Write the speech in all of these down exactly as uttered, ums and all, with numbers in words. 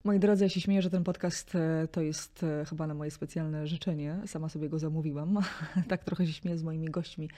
Moi drodzy, ja się śmieję, że ten podcast e, to jest e, chyba na moje specjalne życzenie. Sama sobie go zamówiłam. Tak trochę się śmieję z moimi gośćmi,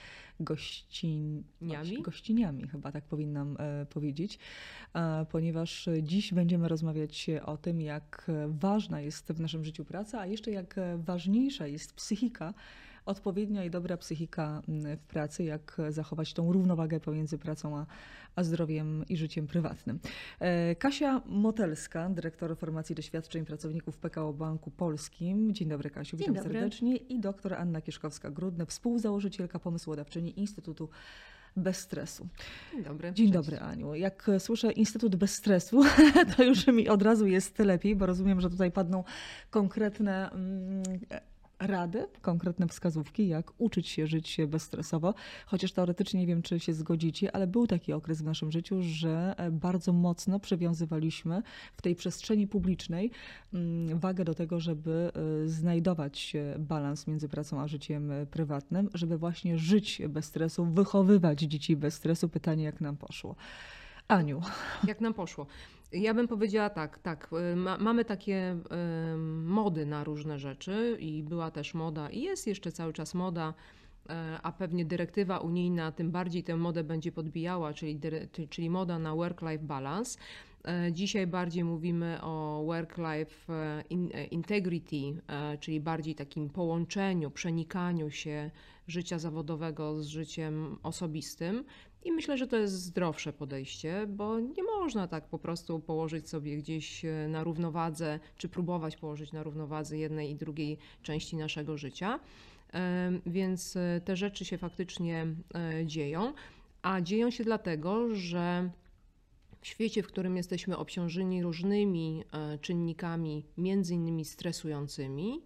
gościniami, gościniami chyba tak powinnam e, powiedzieć, e, ponieważ dziś będziemy rozmawiać o tym, jak ważna jest w naszym życiu praca, a jeszcze jak ważniejsza jest psychika, odpowiednia i dobra psychika w pracy, jak zachować tą równowagę pomiędzy pracą a, a zdrowiem i życiem prywatnym. Kasia Motelska, dyrektor formacji doświadczeń pracowników P K O Banku Polskim. Dzień dobry, Kasiu, witam dobry. serdecznie. I doktor Anna Kieszkowska-Grudne, współzałożycielka, pomysłodawczyni Instytutu Bez Stresu. Dzień dobry. Dzień Cześć. dobry, Aniu. Jak słyszę Instytut Bez Stresu, to już mi od razu jest lepiej, bo rozumiem, że tutaj padną konkretne mm, rady, konkretne wskazówki, jak uczyć się żyć bezstresowo, chociaż teoretycznie nie wiem, czy się zgodzicie, ale był taki okres w naszym życiu, że bardzo mocno przywiązywaliśmy w tej przestrzeni publicznej wagę do tego, żeby znajdować balans między pracą a życiem prywatnym, żeby właśnie żyć bez stresu, wychowywać dzieci bez stresu. Pytanie, jak nam poszło. Aniu. Jak nam poszło? Ja bym powiedziała tak, tak, ma, mamy takie y, mody na różne rzeczy i była też moda i jest jeszcze cały czas moda, y, a pewnie dyrektywa unijna tym bardziej tę modę będzie podbijała, czyli, dyre, czyli moda na work-life balance. Y, dzisiaj bardziej mówimy o work-life in, integrity, y, czyli bardziej takim połączeniu, przenikaniu się życia zawodowego z życiem osobistym. I myślę, że to jest zdrowsze podejście, bo nie można tak po prostu położyć sobie gdzieś na równowadze, czy próbować położyć na równowadze jednej i drugiej części naszego życia. Więc te rzeczy się faktycznie dzieją, a dzieją się dlatego, że w świecie, w którym jesteśmy obciążeni różnymi czynnikami, między innymi stresującymi,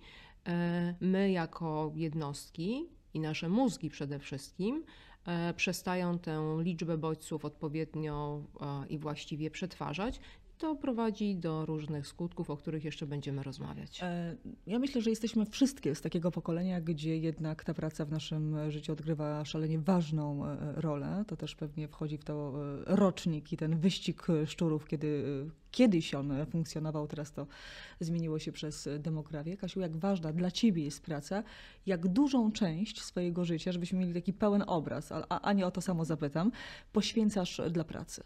my jako jednostki i nasze mózgi przede wszystkim przestają tę liczbę bodźców odpowiednio i właściwie przetwarzać. To prowadzi do różnych skutków, o których jeszcze będziemy rozmawiać. Ja myślę, że jesteśmy wszystkie z takiego pokolenia, gdzie jednak ta praca w naszym życiu odgrywa szalenie ważną rolę. To też pewnie wchodzi w to rocznik i ten wyścig szczurów, kiedy kiedyś on funkcjonował, teraz to zmieniło się przez demografię. Kasiu, jak ważna dla ciebie jest praca, jak dużą część swojego życia, żebyśmy mieli taki pełen obraz, a, a nie o to samo zapytam, poświęcasz dla pracy?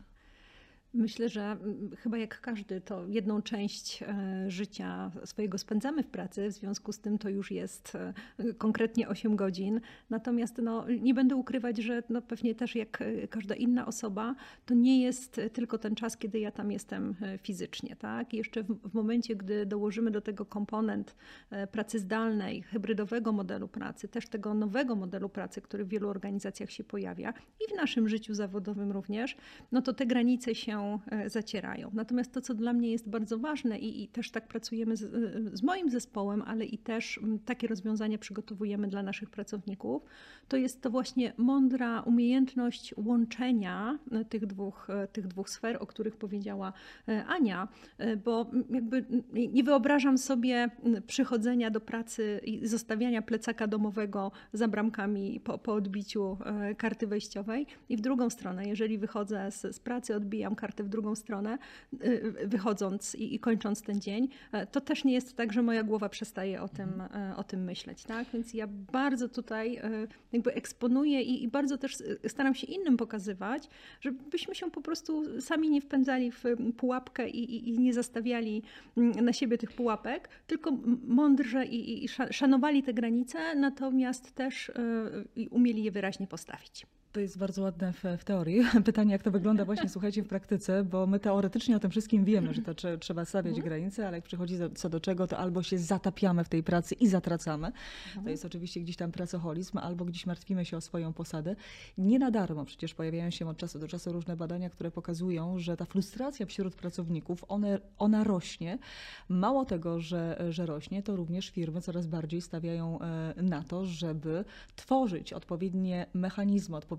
Myślę, że chyba jak każdy, to jedną część życia swojego spędzamy w pracy, w związku z tym to już jest konkretnie osiem godzin. Natomiast no, nie będę ukrywać, że no, pewnie też jak każda inna osoba, to nie jest tylko ten czas, kiedy ja tam jestem fizycznie. Tak? I jeszcze w, w momencie, gdy dołożymy do tego komponent pracy zdalnej, hybrydowego modelu pracy, też tego nowego modelu pracy, który w wielu organizacjach się pojawia i w naszym życiu zawodowym również, no to te granice się zacierają. Natomiast to, co dla mnie jest bardzo ważne i, i też tak pracujemy z, z moim zespołem, ale i też takie rozwiązania przygotowujemy dla naszych pracowników, to jest to właśnie mądra umiejętność łączenia tych dwóch, tych dwóch sfer, o których powiedziała Ania, bo jakby nie wyobrażam sobie przychodzenia do pracy i zostawiania plecaka domowego za bramkami po, po odbiciu karty wejściowej i w drugą stronę, jeżeli wychodzę z, z pracy, odbijam kartę w drugą stronę, wychodząc i, i kończąc ten dzień, to też nie jest tak, że moja głowa przestaje o tym, o tym myśleć. Tak? Więc ja bardzo tutaj jakby eksponuję i, i bardzo też staram się innym pokazywać, żebyśmy się po prostu sami nie wpędzali w pułapkę i, i, i nie zastawiali na siebie tych pułapek, tylko mądrze i, i szanowali te granice, natomiast też umieli je wyraźnie postawić. To jest bardzo ładne w, w teorii. Pytanie, jak to wygląda właśnie, słuchajcie, w praktyce, bo my teoretycznie o tym wszystkim wiemy, że to trze, trzeba stawiać mhm. granice, ale jak przychodzi co do czego, to albo się zatapiamy w tej pracy i zatracamy. Mhm. To jest oczywiście gdzieś tam pracoholizm, albo gdzieś martwimy się o swoją posadę. Nie na darmo przecież pojawiają się od czasu do czasu różne badania, które pokazują, że ta frustracja wśród pracowników, one, ona rośnie. Mało tego, że, że rośnie, to również firmy coraz bardziej stawiają na to, żeby tworzyć odpowiednie mechanizmy, odpowiednie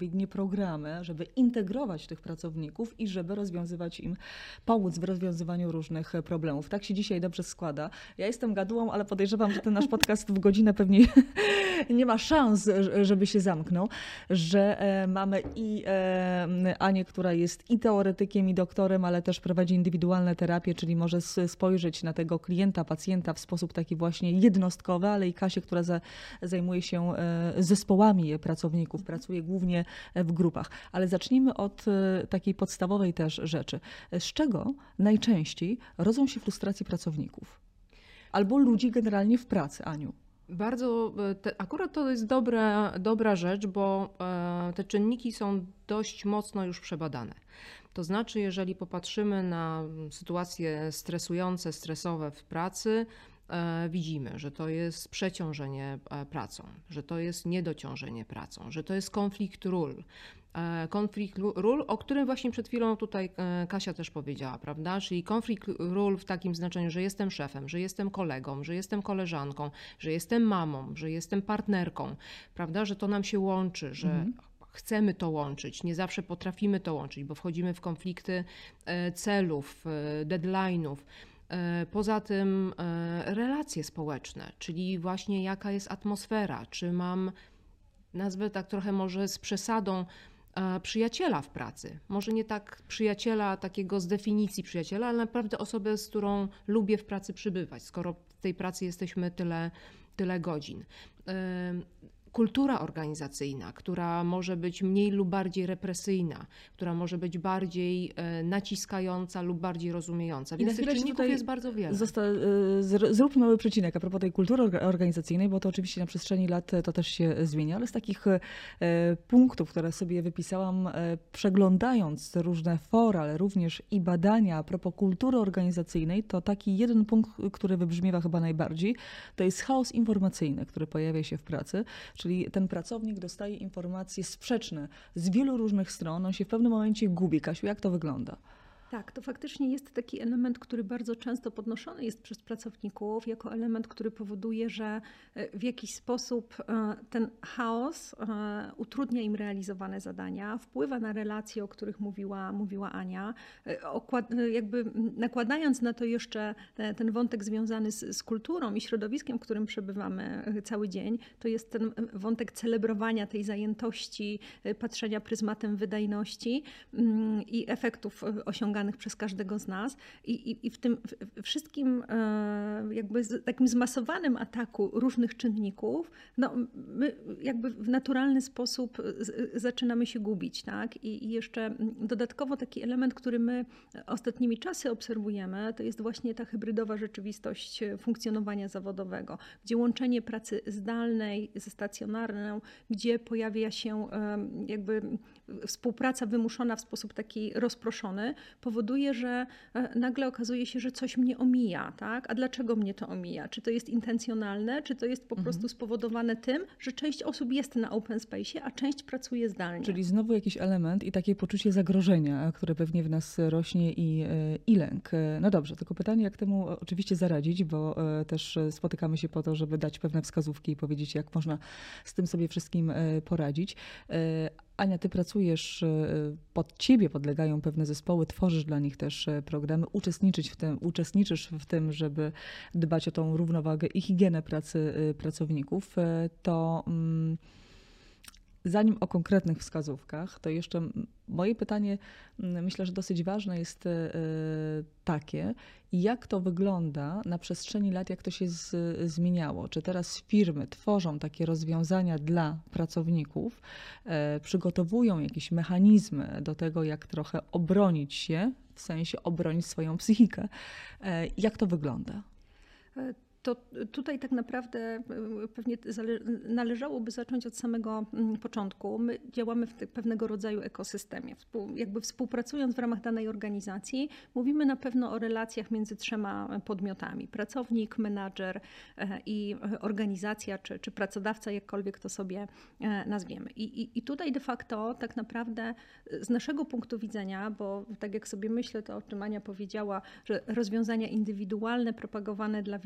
odpowiednie programy, żeby integrować tych pracowników i żeby rozwiązywać im, pomóc w rozwiązywaniu różnych problemów. Tak się dzisiaj dobrze składa. Ja jestem gadułą, ale podejrzewam, że ten nasz podcast w godzinę pewnie nie ma szans, żeby się zamknął, że mamy i Anię, która jest i teoretykiem, i doktorem, ale też prowadzi indywidualne terapie, czyli może spojrzeć na tego klienta, pacjenta w sposób taki właśnie jednostkowy, ale i Kasię, która za, zajmuje się zespołami pracowników, pracuje głównie w grupach. Ale zacznijmy od takiej podstawowej też rzeczy. Z czego najczęściej rodzą się frustracje pracowników? Albo ludzi generalnie w pracy, Aniu? Bardzo, te, akurat to jest dobra, dobra rzecz, bo e, te czynniki są dość mocno już przebadane. To znaczy, jeżeli popatrzymy na sytuacje stresujące, stresowe w pracy, e, widzimy, że to jest przeciążenie pracą, że to jest niedociążenie pracą, że to jest konflikt ról. Konflikt ról, o którym właśnie przed chwilą tutaj Kasia też powiedziała, prawda? Czyli konflikt ról w takim znaczeniu, że jestem szefem, że jestem kolegą, że jestem koleżanką, że jestem mamą, że jestem partnerką, prawda? Że to nam się łączy, że mhm. chcemy to łączyć, nie zawsze potrafimy to łączyć, bo wchodzimy w konflikty celów, deadline'ów. Poza tym relacje społeczne, czyli właśnie jaka jest atmosfera, czy mam, nazwę tak trochę może z przesadą, przyjaciela w pracy. Może nie tak przyjaciela, takiego z definicji przyjaciela, ale naprawdę osobę, z którą lubię w pracy przybywać, skoro w tej pracy jesteśmy tyle, tyle godzin. Kultura organizacyjna, która może być mniej lub bardziej represyjna, która może być bardziej naciskająca lub bardziej rozumiejąca. Więc tych czynników jest bardzo wiele. Zosta- zrób mały przecinek a propos tej kultury organizacyjnej, bo to oczywiście na przestrzeni lat to też się zmienia, ale z takich punktów, które sobie wypisałam, przeglądając różne fora, ale również i badania a propos kultury organizacyjnej, to taki jeden punkt, który wybrzmiewa chyba najbardziej, to jest chaos informacyjny, który pojawia się w pracy. Czyli ten pracownik dostaje informacje sprzeczne z wielu różnych stron, on się w pewnym momencie gubi. Kasiu, jak to wygląda? Tak, to faktycznie jest taki element, który bardzo często podnoszony jest przez pracowników jako element, który powoduje, że w jakiś sposób ten chaos utrudnia im realizowane zadania, wpływa na relacje, o których mówiła, mówiła Ania, jakby nakładając na to jeszcze ten wątek związany z, z kulturą i środowiskiem, w którym przebywamy cały dzień, to jest ten wątek celebrowania tej zajętości, patrzenia pryzmatem wydajności i efektów osiąganych przez każdego z nas i, i, i w tym wszystkim jakby z, takim zmasowanym ataku różnych czynników, no my jakby w naturalny sposób z, zaczynamy się gubić, tak? I, I jeszcze dodatkowo taki element, który my ostatnimi czasy obserwujemy, to jest właśnie ta hybrydowa rzeczywistość funkcjonowania zawodowego, gdzie łączenie pracy zdalnej ze stacjonarną, gdzie pojawia się jakby współpraca wymuszona w sposób taki rozproszony, powoduje, że nagle okazuje się, że coś mnie omija, tak? A dlaczego mnie to omija? Czy to jest intencjonalne, czy to jest po mhm. prostu spowodowane tym, że część osób jest na open space, a część pracuje zdalnie? Czyli znowu jakiś element i takie poczucie zagrożenia, które pewnie w nas rośnie i, i lęk. No dobrze, tylko pytanie, jak temu oczywiście zaradzić, bo też spotykamy się po to, żeby dać pewne wskazówki i powiedzieć, jak można z tym sobie wszystkim poradzić. Ania, ty pracujesz, pod ciebie podlegają pewne zespoły, tworzysz dla nich też programy, uczestniczyć w tym, uczestniczysz w tym, żeby dbać o tą równowagę i higienę pracy pracowników. To zanim o konkretnych wskazówkach, to jeszcze moje pytanie, myślę, że dosyć ważne jest takie, jak to wygląda na przestrzeni lat, jak to się z, zmieniało? Czy teraz firmy tworzą takie rozwiązania dla pracowników, e, przygotowują jakieś mechanizmy do tego, jak trochę obronić się, w sensie obronić swoją psychikę? E, jak to wygląda? To tutaj tak naprawdę pewnie należałoby zacząć od samego początku. My działamy w pewnego rodzaju ekosystemie. Jakby współpracując w ramach danej organizacji, mówimy na pewno o relacjach między trzema podmiotami. Pracownik, menadżer i organizacja, czy, czy pracodawca, jakkolwiek to sobie nazwiemy. I, i, I tutaj de facto tak naprawdę z naszego punktu widzenia, bo tak jak sobie myślę, to o czym Ania powiedziała, że rozwiązania indywidualne propagowane dla wielu,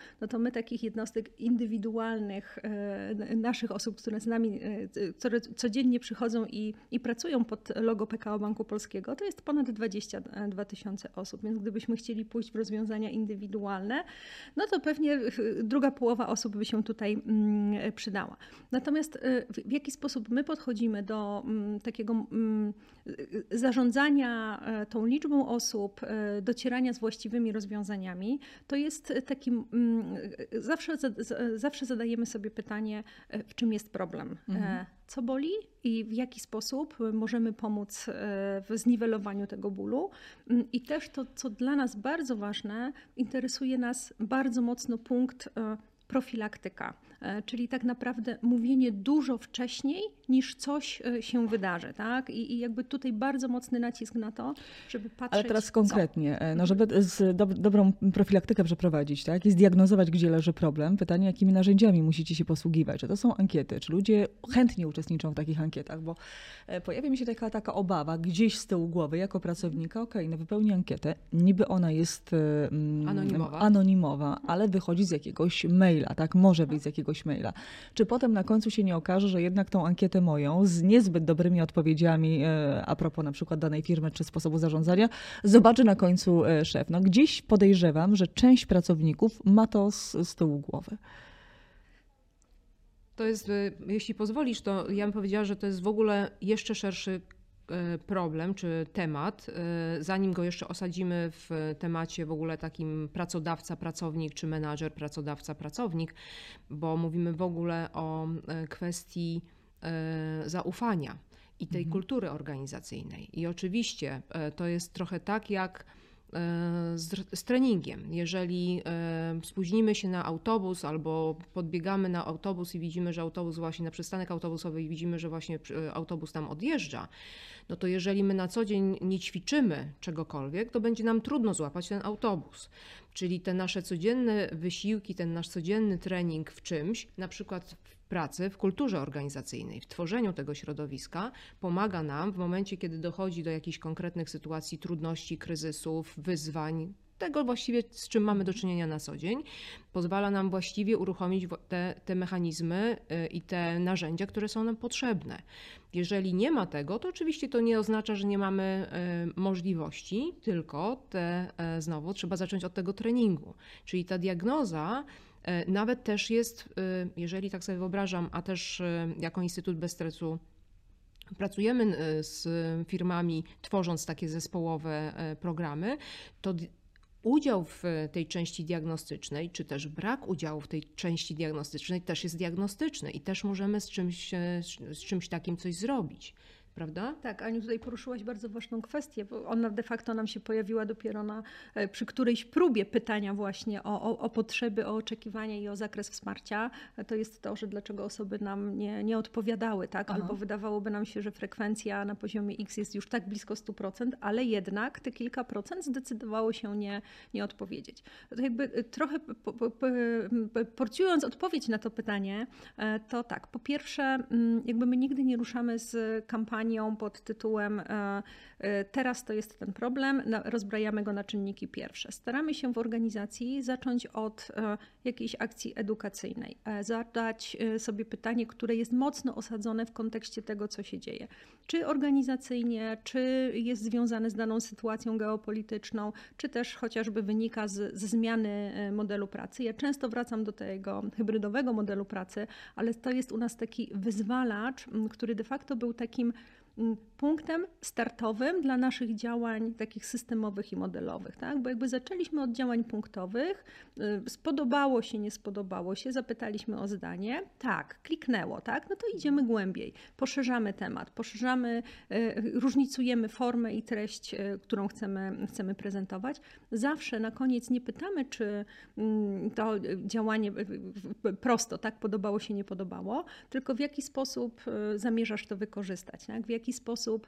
no to my takich jednostek indywidualnych, naszych osób, które z nami, które codziennie przychodzą i, i pracują pod logo P K O Banku Polskiego, to jest ponad dwadzieścia dwa tysiące osób. Więc gdybyśmy chcieli pójść w rozwiązania indywidualne, no to pewnie druga połowa osób by się tutaj przydała. Natomiast w jaki sposób my podchodzimy do takiego zarządzania tą liczbą osób, docierania z właściwymi rozwiązaniami, to jest takim, zawsze, zawsze zadajemy sobie pytanie, w czym jest problem, mhm. co boli i w jaki sposób możemy pomóc w zniwelowaniu tego bólu. I też to, co dla nas bardzo ważne, interesuje nas bardzo mocno punkt profilaktyka, czyli tak naprawdę mówienie dużo wcześniej, niż coś się wydarzy, tak? I, i jakby tutaj bardzo mocny nacisk na to, żeby patrzeć. Ale teraz konkretnie, co? No żeby z do, dobrą profilaktykę przeprowadzić, tak? I zdiagnozować, gdzie leży problem. Pytanie, jakimi narzędziami musicie się posługiwać? Czy to są ankiety? Czy ludzie chętnie uczestniczą w takich ankietach? Bo pojawia mi się taka, taka obawa gdzieś z tyłu głowy jako pracownika, okej, okay, no wypełni ankietę, niby ona jest um, anonimowa. anonimowa, ale wychodzi z jakiegoś maila, tak? Może być z jakiegoś maila. Czy potem na końcu się nie okaże, że jednak tą ankietę moją z niezbyt dobrymi odpowiedziami a propos na przykład danej firmy czy sposobu zarządzania zobaczy na końcu szef? No gdzieś podejrzewam, że część pracowników ma to z, z tyłu głowy. To jest, jeśli pozwolisz, to ja bym powiedziała, że to jest w ogóle jeszcze szerszy problem czy temat, zanim go jeszcze osadzimy w temacie w ogóle takim pracodawca, pracownik czy menadżer, pracodawca, pracownik, bo mówimy w ogóle o kwestii zaufania i tej mhm. kultury organizacyjnej. I oczywiście to jest trochę tak jak z, z treningiem. Jeżeli spóźnimy się na autobus albo podbiegamy na autobus i widzimy, że autobus właśnie na przystanek autobusowy i widzimy, że właśnie autobus tam odjeżdża, no to jeżeli my na co dzień nie ćwiczymy czegokolwiek, to będzie nam trudno złapać ten autobus. Czyli te nasze codzienne wysiłki, ten nasz codzienny trening w czymś, na przykład w pracy, w kulturze organizacyjnej, w tworzeniu tego środowiska, pomaga nam w momencie, kiedy dochodzi do jakichś konkretnych sytuacji, trudności, kryzysów, wyzwań, tego właściwie, z czym mamy do czynienia na co dzień, pozwala nam właściwie uruchomić te, te mechanizmy i te narzędzia, które są nam potrzebne. Jeżeli nie ma tego, to oczywiście to nie oznacza, że nie mamy możliwości, tylko te, znowu trzeba zacząć od tego treningu. Czyli ta diagnoza nawet też jest, jeżeli tak sobie wyobrażam, a też jako Instytut Bez Stresu pracujemy z firmami, tworząc takie zespołowe programy, to udział w tej części diagnostycznej, czy też brak udziału w tej części diagnostycznej też jest diagnostyczny i też możemy z czymś, z czymś takim coś zrobić. Prawda? Tak, Aniu, tutaj poruszyłaś bardzo ważną kwestię, bo ona de facto nam się pojawiła dopiero na, przy którejś próbie pytania właśnie o, o, o potrzeby, o oczekiwania i o zakres wsparcia. To jest to, że dlaczego osoby nam nie, nie odpowiadały, tak? Aha. Albo wydawałoby nam się, że frekwencja na poziomie X jest już tak blisko stu procent, ale jednak te kilka procent zdecydowało się nie, nie odpowiedzieć. To jakby trochę po, po, po, porcjując odpowiedź na to pytanie, to tak, po pierwsze jakby my nigdy nie ruszamy z kampanii pod tytułem teraz to jest ten problem, rozbrajamy go na czynniki pierwsze. Staramy się w organizacji zacząć od jakiejś akcji edukacyjnej, zadać sobie pytanie, które jest mocno osadzone w kontekście tego, co się dzieje. Czy organizacyjnie, czy jest związane z daną sytuacją geopolityczną, czy też chociażby wynika z, ze zmiany modelu pracy. Ja często wracam do tego hybrydowego modelu pracy, ale to jest u nas taki wyzwalacz, który de facto był takim punktem startowym dla naszych działań takich systemowych i modelowych, tak? Bo jakby zaczęliśmy od działań punktowych, spodobało się, nie spodobało się, zapytaliśmy o zdanie, tak, kliknęło, tak? No to idziemy głębiej, poszerzamy temat, poszerzamy, różnicujemy formę i treść, którą chcemy, chcemy prezentować. Zawsze na koniec nie pytamy, czy to działanie prosto, tak, podobało się, nie podobało, tylko w jaki sposób zamierzasz to wykorzystać, tak? W jaki sposób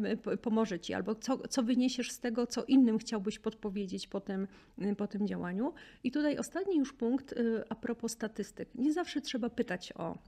pomoże ci, albo co, co wyniesiesz z tego, co innym chciałbyś podpowiedzieć po tym, po tym działaniu. I tutaj ostatni już punkt a propos statystyk. Nie zawsze trzeba pytać o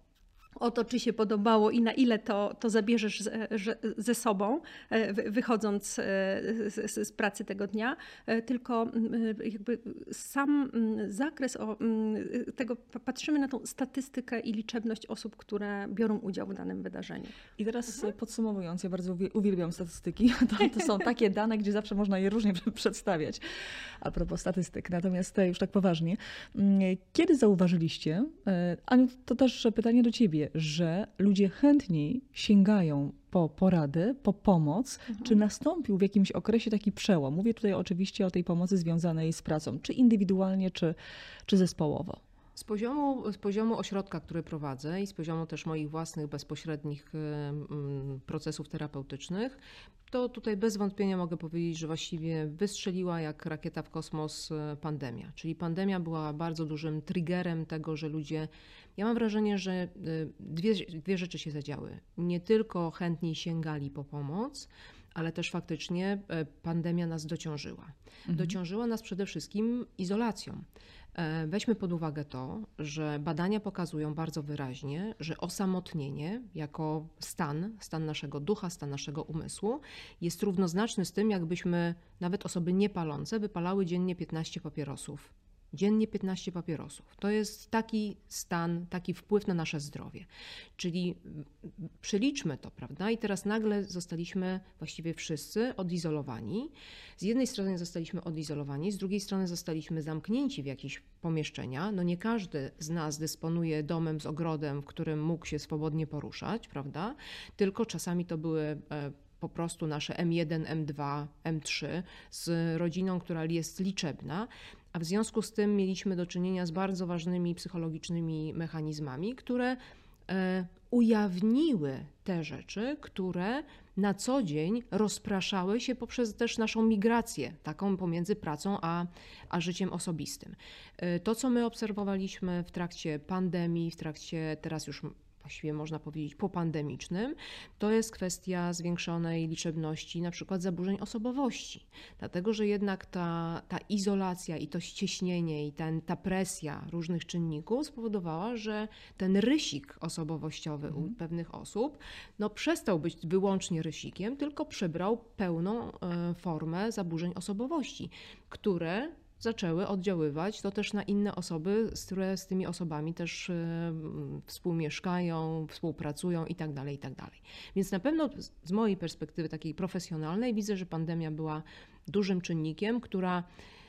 o to, czy się podobało i na ile to, to zabierzesz ze, ze sobą, wychodząc z, z pracy tego dnia, tylko jakby sam zakres tego, patrzymy na tą statystykę i liczebność osób, które biorą udział w danym wydarzeniu. I teraz mhm. podsumowując, ja bardzo uwielbiam statystyki, to, to są takie dane, gdzie zawsze można je różnie przedstawiać, a propos statystyk. Natomiast już tak poważnie, kiedy zauważyliście, Aniu, to też pytanie do ciebie, że ludzie chętniej sięgają po porady, po pomoc. Mhm. Czy nastąpił w jakimś okresie taki przełom? Mówię tutaj oczywiście o tej pomocy związanej z pracą, czy indywidualnie, czy, czy zespołowo. Z poziomu, z poziomu ośrodka, który prowadzę i z poziomu też moich własnych bezpośrednich procesów terapeutycznych, to tutaj bez wątpienia mogę powiedzieć, że właściwie wystrzeliła jak rakieta w kosmos pandemia. Czyli pandemia była bardzo dużym triggerem tego, że ludzie, ja mam wrażenie, że dwie, dwie rzeczy się zadziały. Nie tylko chętniej sięgali po pomoc, ale też faktycznie pandemia nas dociążyła. Mhm. Dociążyła nas przede wszystkim izolacją. Weźmy pod uwagę to, że badania pokazują bardzo wyraźnie, że osamotnienie jako stan, stan naszego ducha, stan naszego umysłu jest równoznaczny z tym, jakbyśmy nawet osoby niepalące wypalały dziennie piętnaście papierosów. Dziennie piętnaście papierosów. To jest taki stan, taki wpływ na nasze zdrowie. Czyli przeliczmy to, prawda? I teraz nagle zostaliśmy właściwie wszyscy odizolowani. Z jednej strony zostaliśmy odizolowani, z drugiej strony zostaliśmy zamknięci w jakieś pomieszczenia. No nie każdy z nas dysponuje domem z ogrodem, w którym mógł się swobodnie poruszać, prawda? Tylko czasami to były po prostu nasze M jeden, M dwa, M trzy z rodziną, która jest liczebna. A w związku z tym mieliśmy do czynienia z bardzo ważnymi psychologicznymi mechanizmami, które ujawniły te rzeczy, które na co dzień rozpraszały się poprzez też naszą migrację, taką pomiędzy pracą a, a życiem osobistym. To, co my obserwowaliśmy w trakcie pandemii, w trakcie teraz już właściwie można powiedzieć popandemicznym, to jest kwestia zwiększonej liczebności na przykład zaburzeń osobowości. Dlatego, że jednak ta, ta izolacja i to ścieśnienie i ten, ta presja różnych czynników spowodowała, że ten rysik osobowościowy mm. u pewnych osób no, przestał być wyłącznie rysikiem, tylko przybrał pełną y, formę zaburzeń osobowości, które zaczęły oddziaływać to też na inne osoby, które z tymi osobami też y, współmieszkają, współpracują i tak dalej, i tak dalej. Więc na pewno z mojej perspektywy takiej profesjonalnej widzę, że pandemia była dużym czynnikiem, która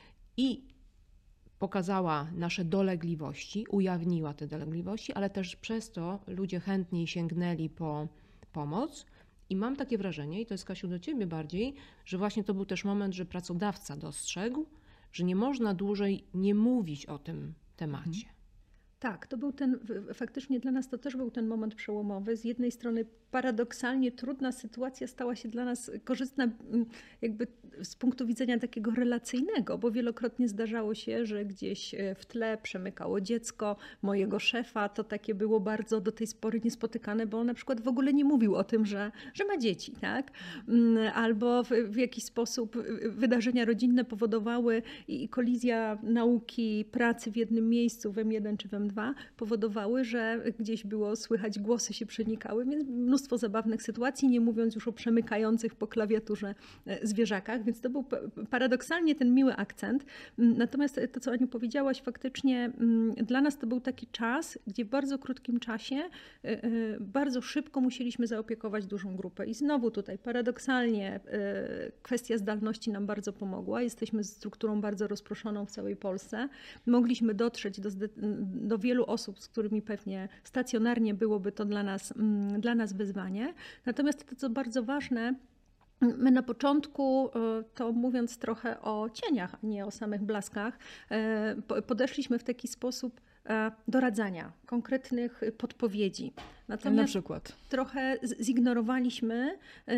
i pokazała nasze dolegliwości, ujawniła te dolegliwości, ale też przez to ludzie chętniej sięgnęli po pomoc. I mam takie wrażenie, i to jest, Kasiu, do ciebie bardziej, że właśnie to był też moment, że pracodawca dostrzegł, że nie można dłużej nie mówić o tym temacie. Tak, to był ten, faktycznie dla nas to też był ten moment przełomowy. Z jednej strony paradoksalnie trudna sytuacja stała się dla nas korzystna jakby z punktu widzenia takiego relacyjnego, bo wielokrotnie zdarzało się, że gdzieś w tle przemykało dziecko mojego szefa. To takie było bardzo do tej pory niespotykane, bo on na przykład w ogóle nie mówił o tym, że, że ma dzieci, tak? Albo w, w jakiś sposób wydarzenia rodzinne powodowały i kolizja nauki, pracy w jednym miejscu, w M jeden czy w M dwa, powodowały, że gdzieś było słychać, głosy się przenikały, więc mnóstwo zabawnych sytuacji, nie mówiąc już o przemykających po klawiaturze zwierzakach, więc to był paradoksalnie ten miły akcent. Natomiast to, co Aniu powiedziałaś, faktycznie dla nas to był taki czas, gdzie w bardzo krótkim czasie bardzo szybko musieliśmy zaopiekować dużą grupę. I znowu tutaj paradoksalnie kwestia zdalności nam bardzo pomogła. Jesteśmy strukturą bardzo rozproszoną w całej Polsce. Mogliśmy dotrzeć do, do wielu osób, z którymi pewnie stacjonarnie byłoby to dla nas, dla nas wyzwanie. Natomiast to, co bardzo ważne, my na początku, to mówiąc trochę o cieniach, a nie o samych blaskach, podeszliśmy w taki sposób doradzania, konkretnych podpowiedzi. Natomiast na przykład trochę zignorowaliśmy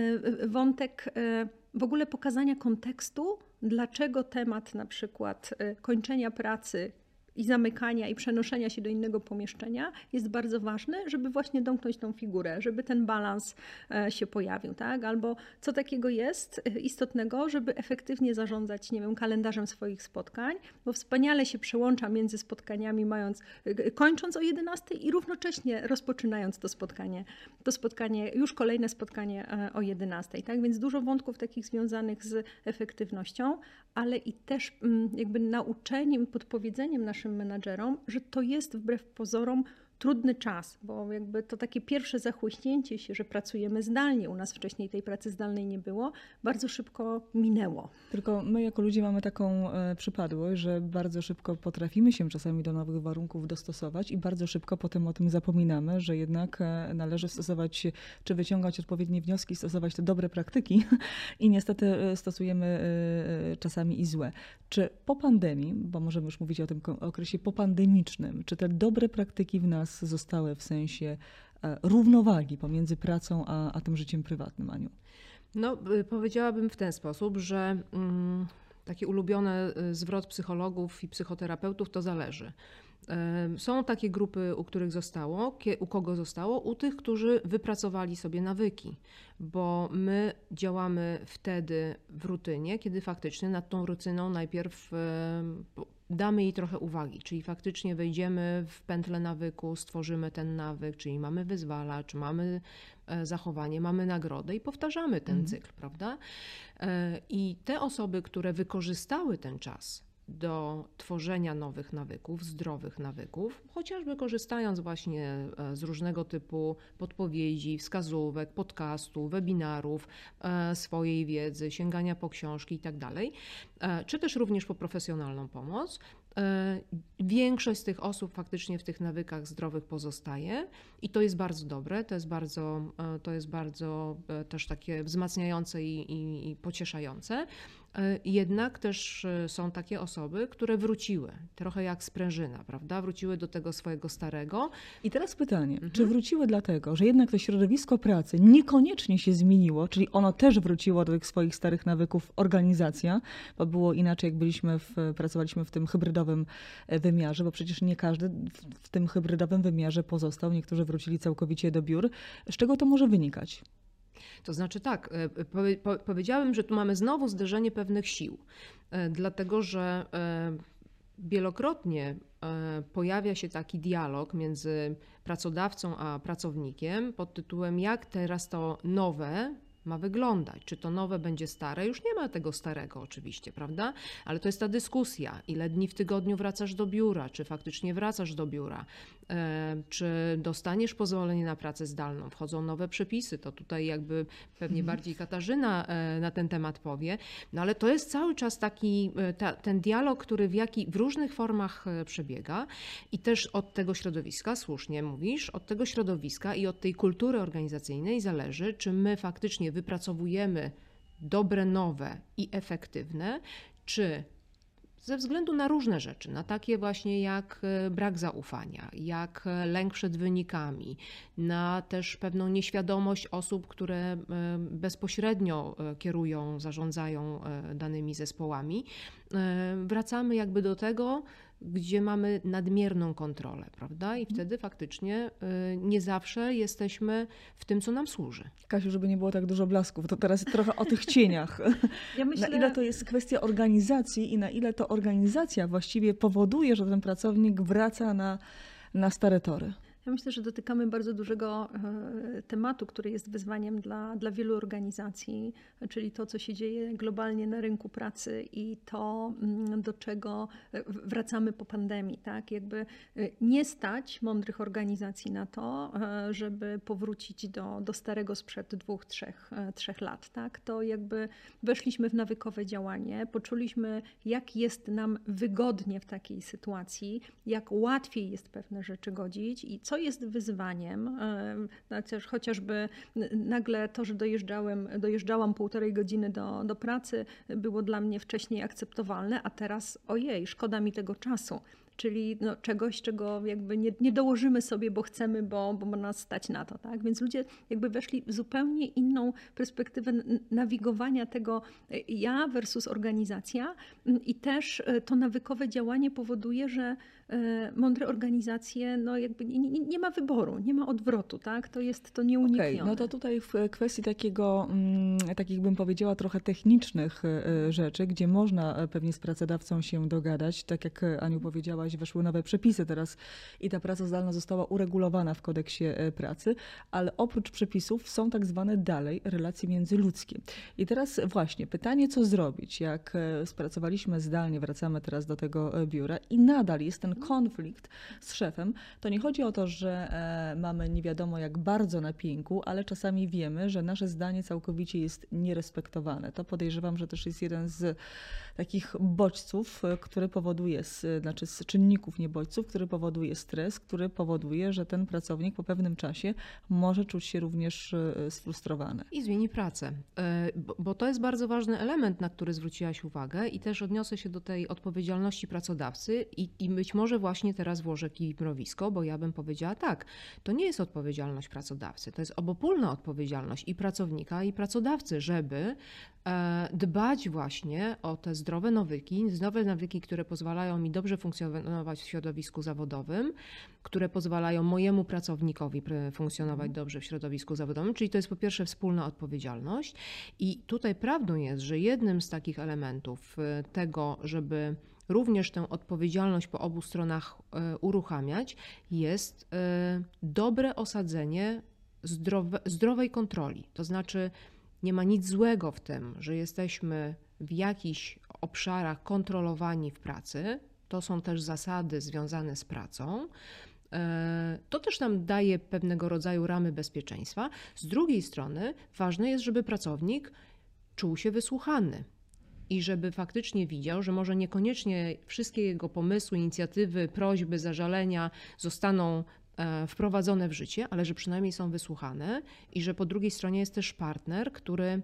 wątek w ogóle pokazania kontekstu, dlaczego temat na przykład kończenia pracy i zamykania i przenoszenia się do innego pomieszczenia jest bardzo ważny, żeby właśnie domknąć tą figurę, żeby ten balans się pojawił, tak? Albo co takiego jest istotnego, żeby efektywnie zarządzać, nie wiem, kalendarzem swoich spotkań, bo wspaniale się przełącza między spotkaniami, mając, kończąc o jedenastej i równocześnie rozpoczynając to spotkanie, to spotkanie, już kolejne spotkanie o jedenastej, tak? Więc dużo wątków takich związanych z efektywnością, ale i też jakby nauczeniem, podpowiedzeniem naszym menadżerom, że to jest wbrew pozorom trudny czas, bo jakby to takie pierwsze zachłyśnięcie się, że pracujemy zdalnie, u nas wcześniej tej pracy zdalnej nie było, bardzo szybko minęło. Tylko my jako ludzie mamy taką e, przypadłość, że bardzo szybko potrafimy się czasami do nowych warunków dostosować i bardzo szybko potem o tym zapominamy, że jednak e, należy stosować, czy wyciągać odpowiednie wnioski, stosować te dobre praktyki i niestety e, stosujemy e, czasami i złe. Czy po pandemii, bo możemy już mówić o tym okresie popandemicznym, czy te dobre praktyki w nas zostały w sensie równowagi pomiędzy pracą a, a tym życiem prywatnym, Aniu? No, powiedziałabym w ten sposób, że mm, taki ulubiony zwrot psychologów i psychoterapeutów to zależy. Są takie grupy, u których zostało, u kogo zostało? U tych, którzy wypracowali sobie nawyki, bo my działamy wtedy w rutynie, kiedy faktycznie nad tą rutyną najpierw damy jej trochę uwagi, czyli faktycznie wejdziemy w pętlę nawyku, stworzymy ten nawyk, czyli mamy wyzwalacz, mamy zachowanie, mamy nagrodę i powtarzamy ten mm. cykl, prawda? I te osoby, które wykorzystały ten czas do tworzenia nowych nawyków, zdrowych nawyków, chociażby korzystając właśnie z różnego typu podpowiedzi, wskazówek, podcastów, webinarów, swojej wiedzy, sięgania po książki i tak dalej, czy też również po profesjonalną pomoc. Większość z tych osób faktycznie w tych nawykach zdrowych pozostaje i to jest bardzo dobre, to jest bardzo, to jest bardzo też takie wzmacniające i, i, i pocieszające. Jednak też są takie osoby, które wróciły, trochę jak sprężyna, prawda? Wróciły do tego swojego starego. I teraz pytanie, Mhm. czy wróciły dlatego, że jednak to środowisko pracy niekoniecznie się zmieniło, czyli ono też wróciło do tych swoich starych nawyków, organizacja, bo było inaczej, jak byliśmy w, pracowaliśmy w tym hybrydowym wymiarze, bo przecież nie każdy w, w tym hybrydowym wymiarze pozostał, niektórzy wrócili całkowicie do biur. Z czego to może wynikać? To znaczy tak, powie, po, powiedziałem, że tu mamy znowu zderzenie pewnych sił, dlatego że wielokrotnie pojawia się taki dialog między pracodawcą a pracownikiem pod tytułem, jak teraz to nowe ma wyglądać. Czy to nowe będzie stare? Już nie ma tego starego oczywiście, prawda? Ale to jest ta dyskusja. Ile dni w tygodniu wracasz do biura? Czy faktycznie wracasz do biura? E, czy dostaniesz pozwolenie na pracę zdalną? Wchodzą nowe przepisy. To tutaj jakby pewnie mhm. bardziej Katarzyna e, na ten temat powie. No ale to jest cały czas taki e, ta, ten dialog, który w, jaki, w różnych formach e, przebiega i też od tego środowiska, słusznie mówisz, od tego środowiska i od tej kultury organizacyjnej zależy, czy my faktycznie wypracowujemy dobre, nowe i efektywne, czy ze względu na różne rzeczy, na takie właśnie jak brak zaufania, jak lęk przed wynikami, na też pewną nieświadomość osób, które bezpośrednio kierują, zarządzają danymi zespołami, wracamy jakby do tego, gdzie mamy nadmierną kontrolę, prawda? I wtedy faktycznie nie zawsze jesteśmy w tym, co nam służy. Kasiu, żeby nie było tak dużo blasków, to teraz trochę o tych cieniach. Ja myślę... Na ile to jest kwestia organizacji i na ile to organizacja właściwie powoduje, że ten pracownik wraca na, na stare tory? Ja myślę, że dotykamy bardzo dużego tematu, który jest wyzwaniem dla, dla wielu organizacji, czyli to, co się dzieje globalnie na rynku pracy i to, do czego wracamy po pandemii. Tak? Jakby nie stać mądrych organizacji na to, żeby powrócić do, do starego sprzed dwóch, trzech, trzech lat. Tak? To jakby weszliśmy w nawykowe działanie, poczuliśmy, jak jest nam wygodnie w takiej sytuacji, jak łatwiej jest pewne rzeczy godzić i co jest wyzwaniem, chociażby nagle to, że dojeżdżałem, dojeżdżałam półtorej godziny do, do pracy, było dla mnie wcześniej akceptowalne, a teraz ojej, szkoda mi tego czasu. Czyli no, czegoś, czego jakby nie, nie dołożymy sobie, bo chcemy, bo, bo ma nas stać na to. Tak? Więc ludzie jakby weszli w zupełnie inną perspektywę nawigowania tego ja versus organizacja i też to nawykowe działanie powoduje, że mądre organizacje, no jakby nie, nie, nie ma wyboru, nie ma odwrotu, tak? To jest to nieuniknione. Okej, no to tutaj w kwestii takiego, takich bym powiedziała, trochę technicznych rzeczy, gdzie można pewnie z pracodawcą się dogadać, tak jak Aniu powiedziałaś, weszły nowe przepisy teraz i ta praca zdalna została uregulowana w kodeksie pracy, ale oprócz przepisów są tak zwane dalej relacje międzyludzkie. I teraz właśnie pytanie, co zrobić, jak spracowaliśmy zdalnie, wracamy teraz do tego biura i nadal jest ten konflikt z szefem, to nie chodzi o to, że mamy nie wiadomo jak bardzo na pięku, ale czasami wiemy, że nasze zdanie całkowicie jest nierespektowane. To podejrzewam, że też jest jeden z takich bodźców, który powoduje, znaczy z czynników, nie bodźców, który powoduje stres, który powoduje, że ten pracownik po pewnym czasie może czuć się również sfrustrowany. I zmieni pracę, bo, bo to jest bardzo ważny element, na który zwróciłaś uwagę i też odniosę się do tej odpowiedzialności pracodawcy i, i być może właśnie teraz włożę kij w mrowisko, bo ja bym powiedziała tak, to nie jest odpowiedzialność pracodawcy, to jest obopólna odpowiedzialność i pracownika, i pracodawcy, żeby dbać właśnie o te zdrowe nawyki, zdrowe nawyki, które pozwalają mi dobrze funkcjonować w środowisku zawodowym, które pozwalają mojemu pracownikowi funkcjonować dobrze w środowisku zawodowym, czyli to jest po pierwsze wspólna odpowiedzialność i tutaj prawdą jest, że jednym z takich elementów tego, żeby również tę odpowiedzialność po obu stronach uruchamiać, jest dobre osadzenie zdrowe, zdrowej kontroli, to znaczy nie ma nic złego w tym, że jesteśmy w jakichś obszarach kontrolowani w pracy. To są też zasady związane z pracą. To też nam daje pewnego rodzaju ramy bezpieczeństwa. Z drugiej strony ważne jest, żeby pracownik czuł się wysłuchany i żeby faktycznie widział, że może niekoniecznie wszystkie jego pomysły, inicjatywy, prośby, zażalenia zostaną wprowadzone w życie, ale że przynajmniej są wysłuchane i że po drugiej stronie jest też partner, który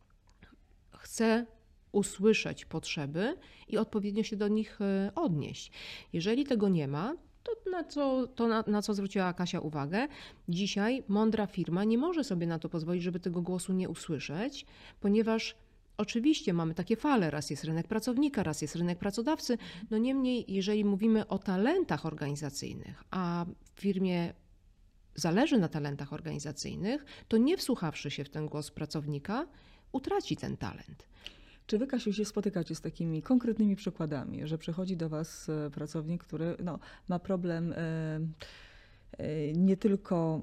chce usłyszeć potrzeby i odpowiednio się do nich odnieść. Jeżeli tego nie ma, to na co, to na, na co zwróciła Kasia uwagę, dzisiaj mądra firma nie może sobie na to pozwolić, żeby tego głosu nie usłyszeć, ponieważ oczywiście mamy takie fale, raz jest rynek pracownika, raz jest rynek pracodawcy, no niemniej jeżeli mówimy o talentach organizacyjnych, a w firmie zależy na talentach organizacyjnych, to nie wsłuchawszy się w ten głos pracownika, utraci ten talent. Czy wy, Kasiu, się spotykacie z takimi konkretnymi przykładami, że przychodzi do was pracownik, który no, ma problem nie tylko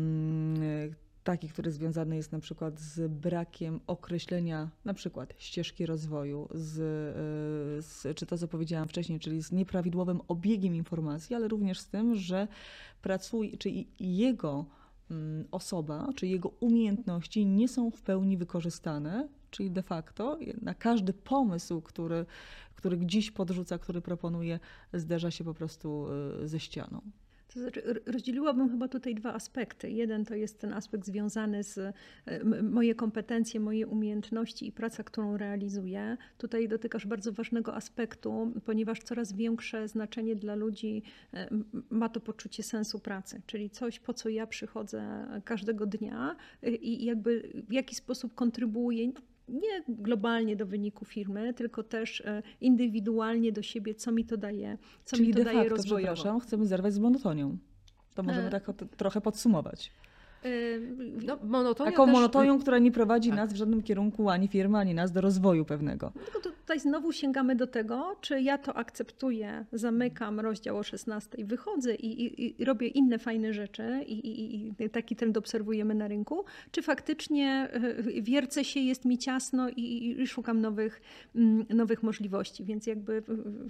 taki, który związany jest na przykład z brakiem określenia na przykład ścieżki rozwoju, z, z, czy to co powiedziałam wcześniej, czyli z nieprawidłowym obiegiem informacji, ale również z tym, że pracuje, czy jego osoba, czy jego umiejętności nie są w pełni wykorzystane, czyli de facto na każdy pomysł, który, który gdzieś podrzuca, który proponuje, zderza się po prostu ze ścianą. To znaczy, rozdzieliłabym chyba tutaj dwa aspekty. Jeden to jest ten aspekt związany z moje kompetencje, moje umiejętności i praca, którą realizuję. Tutaj dotykasz bardzo ważnego aspektu, ponieważ coraz większe znaczenie dla ludzi ma to poczucie sensu pracy, czyli coś, po co ja przychodzę każdego dnia i jakby w jaki sposób kontrybuję nie globalnie do wyniku firmy, tylko też indywidualnie do siebie, co mi to daje, co Czyli mi to de daje facto, rozwojowo. przepraszam, chcemy zerwać z monotonią. To możemy e... tak trochę podsumować. No, monotonia Taką też... monotonią, która nie prowadzi tak. nas w żadnym kierunku, ani firmy, ani nas do rozwoju pewnego. Tylko tutaj znowu sięgamy do tego, czy ja to akceptuję, zamykam rozdział o szesnastej, wychodzę i, i, i robię inne fajne rzeczy i, i, i taki trend obserwujemy na rynku, czy faktycznie wiercę się, jest mi ciasno i, i szukam nowych, nowych możliwości. Więc jakby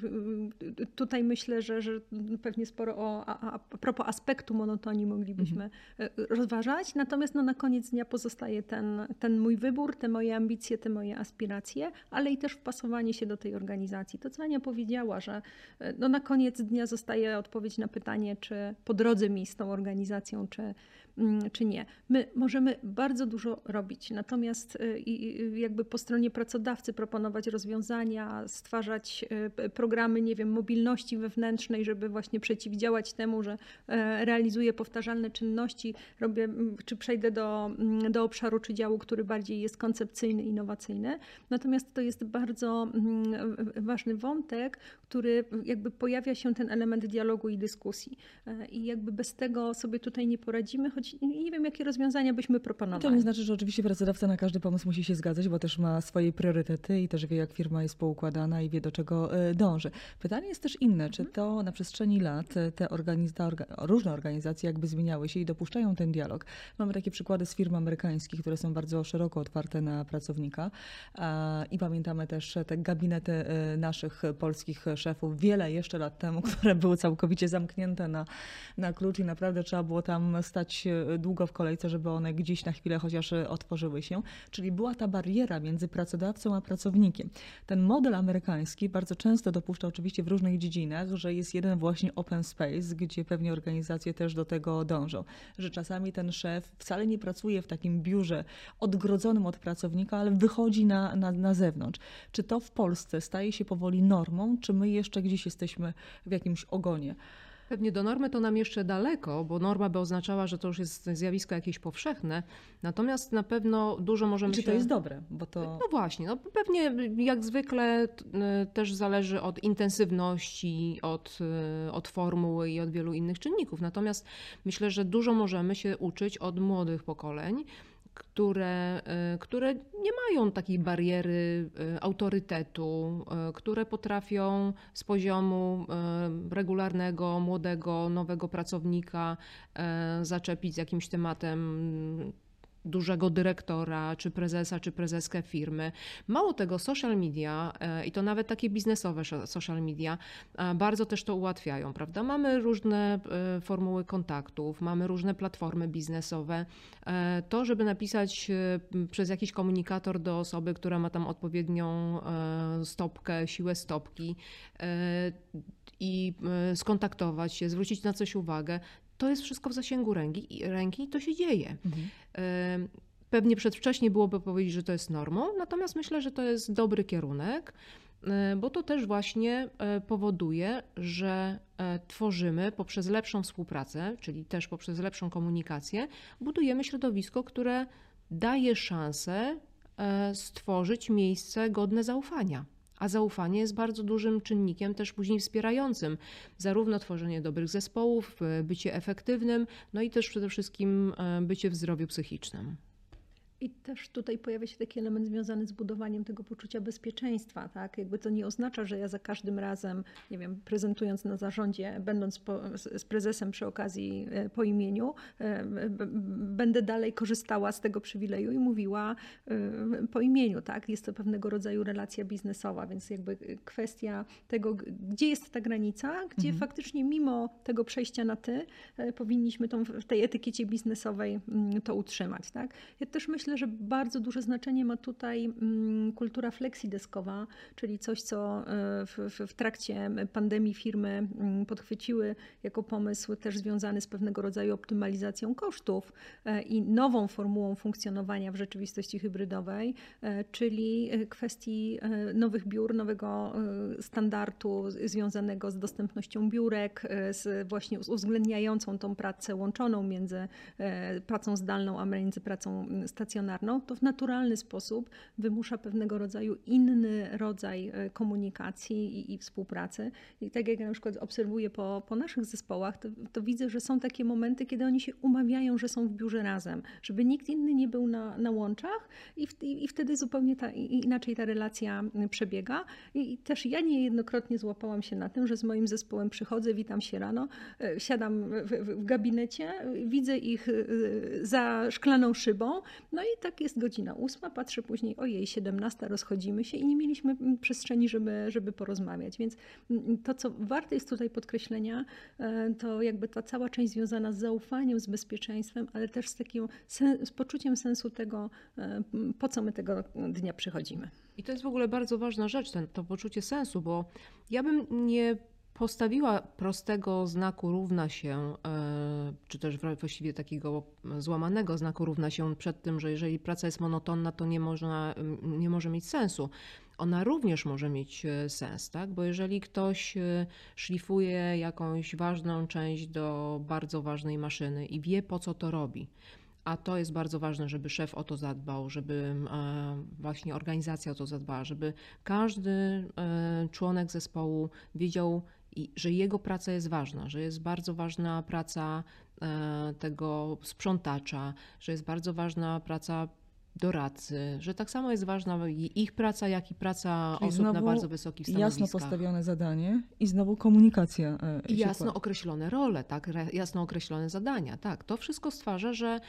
tutaj myślę, że, że pewnie sporo o, a, a propos aspektu monotonii moglibyśmy mhm. rozważać. Natomiast no, na koniec dnia pozostaje ten, ten mój wybór, te moje ambicje, te moje aspiracje, ale i też wpasowanie się do tej organizacji. To, co Ania powiedziała, że no, na koniec dnia zostaje odpowiedź na pytanie, czy po drodze mi z tą organizacją, czy, czy nie. My możemy bardzo dużo robić, natomiast jakby po stronie pracodawcy proponować rozwiązania, stwarzać programy, nie wiem, mobilności wewnętrznej, żeby właśnie przeciwdziałać temu, że realizuję powtarzalne czynności, robię, czy przejdę do, do obszaru czy działu, który bardziej jest koncepcyjny, innowacyjny. Natomiast to jest bardzo ważny wątek, który jakby pojawia się ten element dialogu i dyskusji. I jakby bez tego sobie tutaj nie poradzimy, choć nie wiem, jakie rozwiązania byśmy proponowali. To nie znaczy, że oczywiście pracodawca na każdy pomysł musi się zgadzać, bo też ma swoje priorytety i też wie, jak firma jest poukładana i wie, do czego dąży. Pytanie jest też inne, czy to na przestrzeni lat te organiz- ta orga- różne organizacje jakby zmieniały się i dopuszczają ten dialog. Mamy takie przykłady z firm amerykańskich, które są bardzo szeroko otwarte na pracownika i pamiętamy też te gabinety naszych polskich szefów wiele jeszcze lat temu, które były całkowicie zamknięte na, na klucz i naprawdę trzeba było tam stać długo w kolejce, żeby one gdzieś na chwilę chociaż otworzyły się. Czyli była ta bariera między pracodawcą a pracownikiem. Ten model amerykański bardzo często dopuszcza oczywiście w różnych dziedzinach, że jest jeden właśnie open space, gdzie pewnie organizacje też do tego dążą, że czasami ten szef wcale nie pracuje w takim biurze odgrodzonym od pracownika, ale wychodzi na, na, na zewnątrz. Czy to w Polsce staje się powoli normą, czy my jeszcze gdzieś jesteśmy w jakimś ogonie? Pewnie do normy to nam jeszcze daleko, bo norma by oznaczała, że to już jest zjawisko jakieś powszechne. Natomiast na pewno dużo możemy Czy się... to jest dobre? Bo to... No właśnie, no pewnie jak zwykle też zależy od intensywności, od, od formuły i od wielu innych czynników. Natomiast myślę, że dużo możemy się uczyć od młodych pokoleń, które, które nie mają takiej bariery autorytetu, które potrafią z poziomu regularnego, młodego, nowego pracownika zaczepić z jakimś tematem dużego dyrektora, czy prezesa, czy prezeskę firmy. Mało tego, social media i to nawet takie biznesowe social media bardzo też to ułatwiają, prawda? Mamy różne formuły kontaktów, mamy różne platformy biznesowe. To, żeby napisać przez jakiś komunikator do osoby, która ma tam odpowiednią stopkę, siłę stopki i skontaktować się, zwrócić na coś uwagę, to jest wszystko w zasięgu ręki, ręki i to się dzieje. Mhm. Pewnie przedwcześnie byłoby powiedzieć, że to jest normą, natomiast myślę, że to jest dobry kierunek, bo to też właśnie powoduje, że tworzymy poprzez lepszą współpracę, czyli też poprzez lepszą komunikację, budujemy środowisko, które daje szansę stworzyć miejsce godne zaufania. A zaufanie jest bardzo dużym czynnikiem też później wspierającym zarówno tworzenie dobrych zespołów, bycie efektywnym, no i też przede wszystkim bycie w zdrowiu psychicznym. I też tutaj pojawia się taki element związany z budowaniem tego poczucia bezpieczeństwa, tak? Jakby to nie oznacza, że ja za każdym razem, nie wiem, prezentując na zarządzie, będąc po, z prezesem przy okazji po imieniu, będę dalej korzystała z tego przywileju i mówiła po imieniu, tak? Jest to pewnego rodzaju relacja biznesowa, więc jakby kwestia tego, gdzie jest ta granica, gdzie mhm. faktycznie mimo tego przejścia na ty, powinniśmy tą, w tej etykiecie biznesowej to utrzymać, tak? Ja też myślę, że bardzo duże znaczenie ma tutaj kultura flexideskowa, czyli coś, co w, w, w trakcie pandemii firmy podchwyciły jako pomysł też związany z pewnego rodzaju optymalizacją kosztów i nową formułą funkcjonowania w rzeczywistości hybrydowej, czyli kwestii nowych biur, nowego standardu związanego z dostępnością biurek, z właśnie uwzględniającą tą pracę łączoną między pracą zdalną, a między pracą stacjonarną. To w naturalny sposób wymusza pewnego rodzaju inny rodzaj komunikacji i, i współpracy. I tak jak ja na przykład obserwuję po, po naszych zespołach, to, to widzę, że są takie momenty, kiedy oni się umawiają, że są w biurze razem, żeby nikt inny nie był na, na łączach i, w, i, i wtedy zupełnie ta, inaczej ta relacja przebiega. I, I też ja niejednokrotnie złapałam się na tym, że z moim zespołem przychodzę, witam się rano, siadam w, w, w gabinecie, widzę ich za szklaną szybą, no i tak jest godzina ósma, patrzę później, ojej, siedemnasta, rozchodzimy się i nie mieliśmy przestrzeni, żeby, żeby porozmawiać. Więc to, co warte jest tutaj podkreślenia, to jakby ta cała część związana z zaufaniem, z bezpieczeństwem, ale też z takim z poczuciem sensu tego, po co my tego dnia przychodzimy. I to jest w ogóle bardzo ważna rzecz, ten, to poczucie sensu, bo ja bym nie postawiła prostego znaku równa się, czy też właściwie takiego złamanego znaku równa się przed tym, że jeżeli praca jest monotonna, to nie można, nie może mieć sensu. Ona również może mieć sens, tak? Bo jeżeli ktoś szlifuje jakąś ważną część do bardzo ważnej maszyny i wie, po co to robi, a to jest bardzo ważne, żeby szef o to zadbał, żeby właśnie organizacja o to zadbała, żeby każdy członek zespołu wiedział, że jego praca jest ważna, że jest bardzo ważna praca tego sprzątacza, że jest bardzo ważna praca doradcy, że tak samo jest ważna ich praca, jak i praca Czyli osób na bardzo wysokich stanowiskach. Jasno postawione zadanie i znowu komunikacja. I jasno określone role, tak, jasno określone zadania. Tak, to wszystko stwarza, że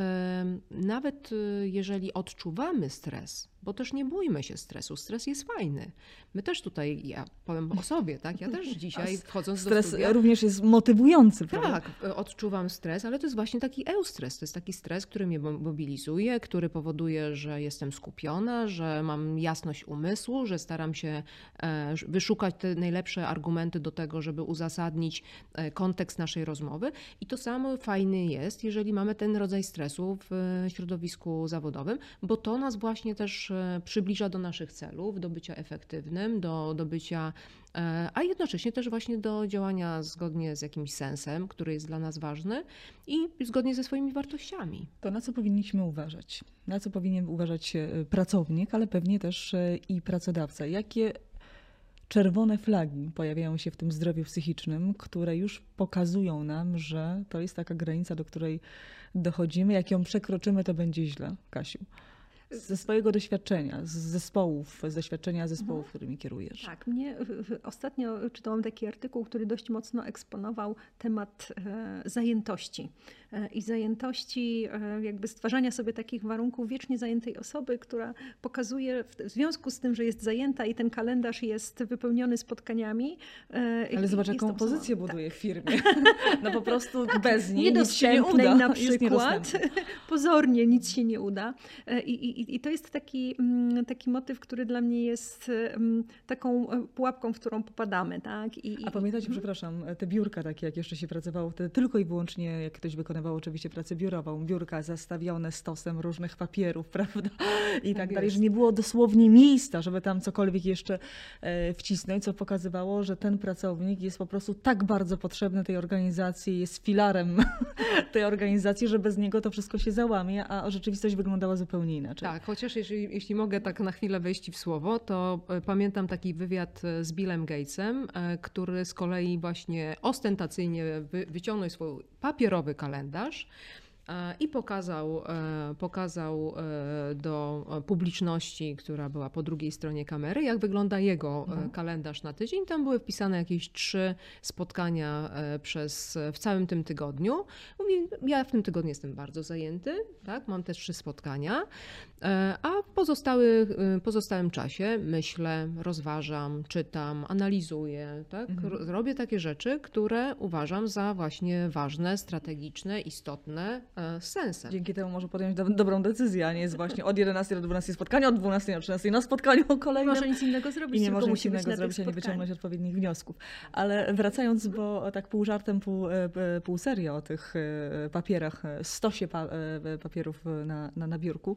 nawet jeżeli odczuwamy stres, bo też nie bójmy się stresu, stres jest fajny. My też tutaj, ja powiem o sobie, tak, ja też dzisiaj wchodząc stres do studia... Stres również jest motywujący, prawda? Tak, odczuwam stres, ale to jest właśnie taki eustres, to jest taki stres, który mnie mobilizuje, który powoduje, że jestem skupiona, że mam jasność umysłu, że staram się wyszukać te najlepsze argumenty do tego, żeby uzasadnić kontekst naszej rozmowy i to samo fajny jest, jeżeli mamy ten rodzaj stresu w środowisku zawodowym, bo to nas właśnie też przybliża do naszych celów, do bycia efektywnym, do, do bycia, a jednocześnie też właśnie do działania zgodnie z jakimś sensem, który jest dla nas ważny i zgodnie ze swoimi wartościami. To na co powinniśmy uważać? Na co powinien uważać pracownik, ale pewnie też i pracodawca? Jakie czerwone flagi pojawiają się w tym zdrowiu psychicznym, które już pokazują nam, że to jest taka granica, do której dochodzimy. Jak ją przekroczymy, to będzie źle. Kasiu, ze swojego doświadczenia, z zespołów, z doświadczenia zespołów, mhm. którymi kierujesz. Tak, mnie ostatnio czytałam taki artykuł, który dość mocno eksponował temat e, zajętości. E, I zajętości, e, jakby stwarzania sobie takich warunków wiecznie zajętej osoby, która pokazuje w, w związku z tym, że jest zajęta i ten kalendarz jest wypełniony spotkaniami. E, Ale zobacz, jaką pozycję buduje tak. w firmie. No po prostu bez niej nic się nie Niedostępnej uda. na przykład. Pozornie nic się nie uda. I, i, I to jest taki, taki motyw, który dla mnie jest taką pułapką, w którą popadamy. Tak? I, A pamiętacie, hmm. przepraszam, te biurka takie, jak jeszcze się pracowało wtedy, tylko i wyłącznie, jak ktoś wykonywał oczywiście pracę biurową, biurka zastawione stosem różnych papierów, prawda? I tak, tak dalej, że nie było dosłownie miejsca, żeby tam cokolwiek jeszcze wcisnąć, co pokazywało, że ten pracownik jest po prostu tak bardzo potrzebny tej organizacji, jest filarem tej organizacji, że bez niego to wszystko się załamie, a rzeczywistość wyglądała zupełnie inaczej. Tak, chociaż jeśli, jeśli mogę tak na chwilę wejść w słowo, to pamiętam taki wywiad z Billem Gatesem, który z kolei właśnie ostentacyjnie wy, wyciągnął swój papierowy kalendarz i pokazał, pokazał do publiczności, która była po drugiej stronie kamery, jak wygląda jego mhm. kalendarz na tydzień. Tam były wpisane jakieś trzy spotkania przez, w całym tym tygodniu. Mówi, ja w tym tygodniu jestem bardzo zajęty, tak? Mam też trzy spotkania, a pozostały, pozostałym czasie myślę, rozważam, czytam, analizuję. Tak? Mhm. Robię takie rzeczy, które uważam za właśnie ważne, strategiczne, istotne, z sensem. Dzięki temu może podjąć do, dobrą decyzję, a nie jest właśnie od jedenastej do dwunastej spotkania, od dwunastej do trzynastej na spotkaniu kolejnym. Nie może nic innego zrobić, I nie tylko może musi nic innego zrobić, a nie wyciągnąć odpowiednich wniosków. Ale wracając, bo tak pół żartem, pół, pół serio o tych papierach, stosie pa, papierów na, na, na biurku.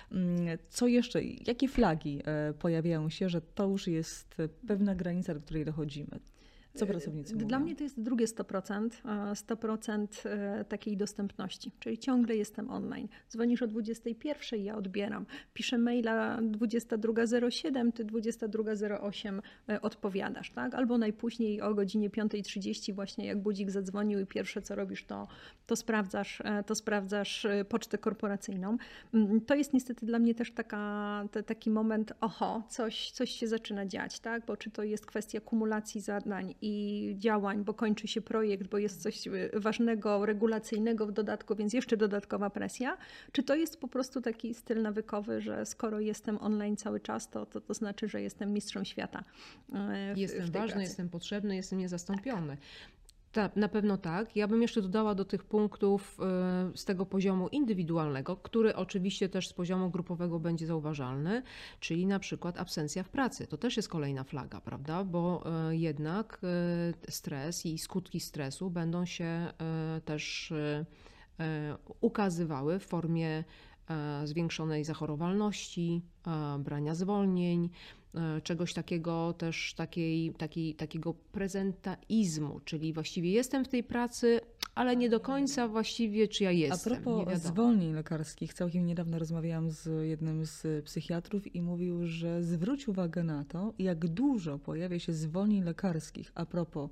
Co jeszcze, jakie flagi pojawiają się, że to już jest pewna granica, do której dochodzimy? Co pracownicy mówią? Dla mnie to jest drugie sto procent, sto procent takiej dostępności, czyli ciągle jestem online. Dzwonisz o dwudziestej pierwszej, ja odbieram. Piszę maila dwudziesta druga zero siedem, ty dwudziesta druga zero osiem odpowiadasz, tak? Albo najpóźniej o godzinie piątej trzydzieści właśnie jak budzik zadzwonił i pierwsze co robisz to, to, sprawdzasz, to sprawdzasz pocztę korporacyjną. To jest niestety dla mnie też taka, to, taki moment, oho, coś, coś się zaczyna dziać, tak? Bo czy to jest kwestia kumulacji zadań i działań, bo kończy się projekt, bo jest coś ważnego, regulacyjnego w dodatku, więc jeszcze dodatkowa presja, czy to jest po prostu taki styl nawykowy, że skoro jestem online cały czas, to to, to znaczy, że jestem mistrzem świata. W, jestem w ważny, pracy. Jestem potrzebny, jestem niezastąpiony. Tak, na pewno tak. Ja bym jeszcze dodała do tych punktów y, z tego poziomu indywidualnego, który oczywiście też z poziomu grupowego będzie zauważalny, czyli na przykład absencja w pracy. To też jest kolejna flaga, prawda? Bo y, jednak y, stres i skutki stresu będą się y, też y, y, ukazywały w formie y, zwiększonej zachorowalności, y, brania zwolnień, czegoś takiego też takiej, takiej, takiego prezentaizmu, czyli właściwie jestem w tej pracy, ale nie do końca właściwie czy ja jestem. A propos zwolnień lekarskich, całkiem niedawno rozmawiałam z jednym z psychiatrów i mówił, że zwróć uwagę na to, jak dużo pojawia się zwolnień lekarskich a propos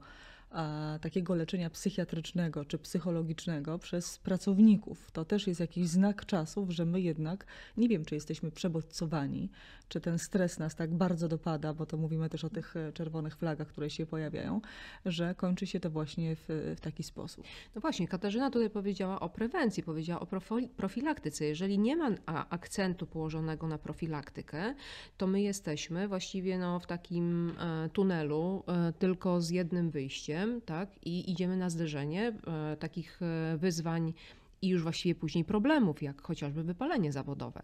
a takiego leczenia psychiatrycznego czy psychologicznego przez pracowników. To też jest jakiś znak czasów, że my jednak, nie wiem, czy jesteśmy przebodźcowani, czy ten stres nas tak bardzo dopada, bo to mówimy też o tych czerwonych flagach, które się pojawiają, że kończy się to właśnie w, w taki sposób. No właśnie, Katarzyna tutaj powiedziała o prewencji, powiedziała o profilaktyce. Jeżeli nie ma akcentu położonego na profilaktykę, to my jesteśmy właściwie no, w takim tunelu tylko z jednym wyjściem, tak? I idziemy na zderzenie e, takich wyzwań i już właściwie później problemów, jak chociażby wypalenie zawodowe.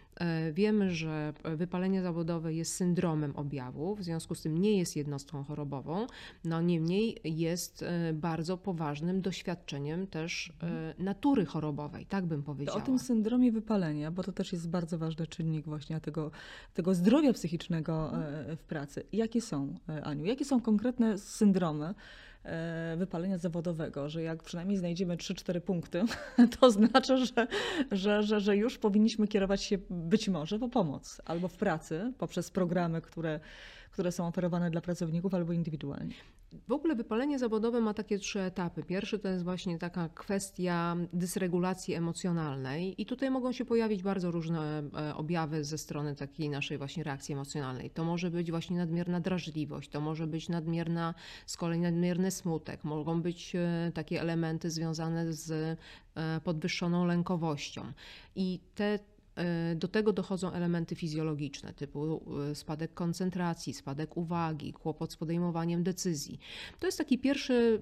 E, wiemy, że wypalenie zawodowe jest syndromem objawu, w związku z tym nie jest jednostką chorobową, no niemniej jest e, bardzo poważnym doświadczeniem też e, natury chorobowej, tak bym powiedziała. To o tym syndromie wypalenia, bo to też jest bardzo ważny czynnik właśnie tego, tego zdrowia psychicznego e, w pracy. Jakie są, Aniu, jakie są konkretne syndromy wypalenia zawodowego, że jak przynajmniej znajdziemy trzy cztery punkty, to znaczy, że, że, że, że już powinniśmy kierować się być może po pomoc albo w pracy poprzez programy, które, które są oferowane dla pracowników albo indywidualnie. W ogóle wypalenie zawodowe ma takie trzy etapy. Pierwszy to jest właśnie taka kwestia dysregulacji emocjonalnej i tutaj mogą się pojawić bardzo różne objawy ze strony takiej naszej właśnie reakcji emocjonalnej. To może być właśnie nadmierna drażliwość, to może być nadmierna, z kolei nadmierny smutek, mogą być takie elementy związane z podwyższoną lękowością i te do tego dochodzą elementy fizjologiczne typu spadek koncentracji, spadek uwagi, kłopot z podejmowaniem decyzji. To jest taki pierwszy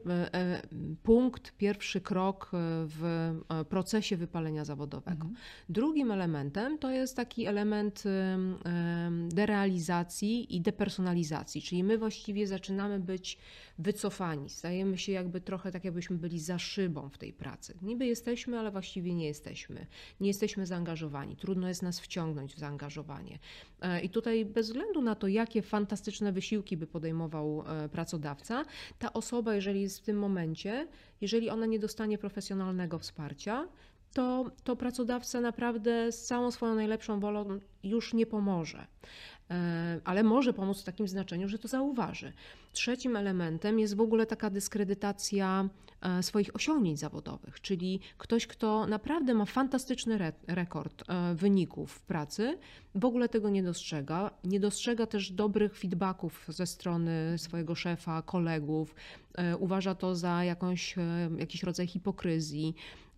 punkt, pierwszy krok w procesie wypalenia zawodowego. Mhm. Drugim elementem to jest taki element derealizacji i depersonalizacji, czyli my właściwie zaczynamy być wycofani, stajemy się jakby trochę tak, jakbyśmy byli za szybą w tej pracy. Niby jesteśmy, ale właściwie nie jesteśmy. Nie jesteśmy zaangażowani. Trudno jest nas wciągnąć w zaangażowanie. I tutaj bez względu na to, jakie fantastyczne wysiłki by podejmował pracodawca, ta osoba, jeżeli jest w tym momencie, jeżeli ona nie dostanie profesjonalnego wsparcia, to, to pracodawca naprawdę z całą swoją najlepszą wolą już nie pomoże. Ale może pomóc w takim znaczeniu, że to zauważy. Trzecim elementem jest w ogóle taka dyskredytacja swoich osiągnięć zawodowych, czyli ktoś, kto naprawdę ma fantastyczny re- rekord wyników w pracy, w ogóle tego nie dostrzega. Nie dostrzega też dobrych feedbacków ze strony swojego szefa, kolegów. Uważa to za jakąś, jakiś rodzaj hipokryzji.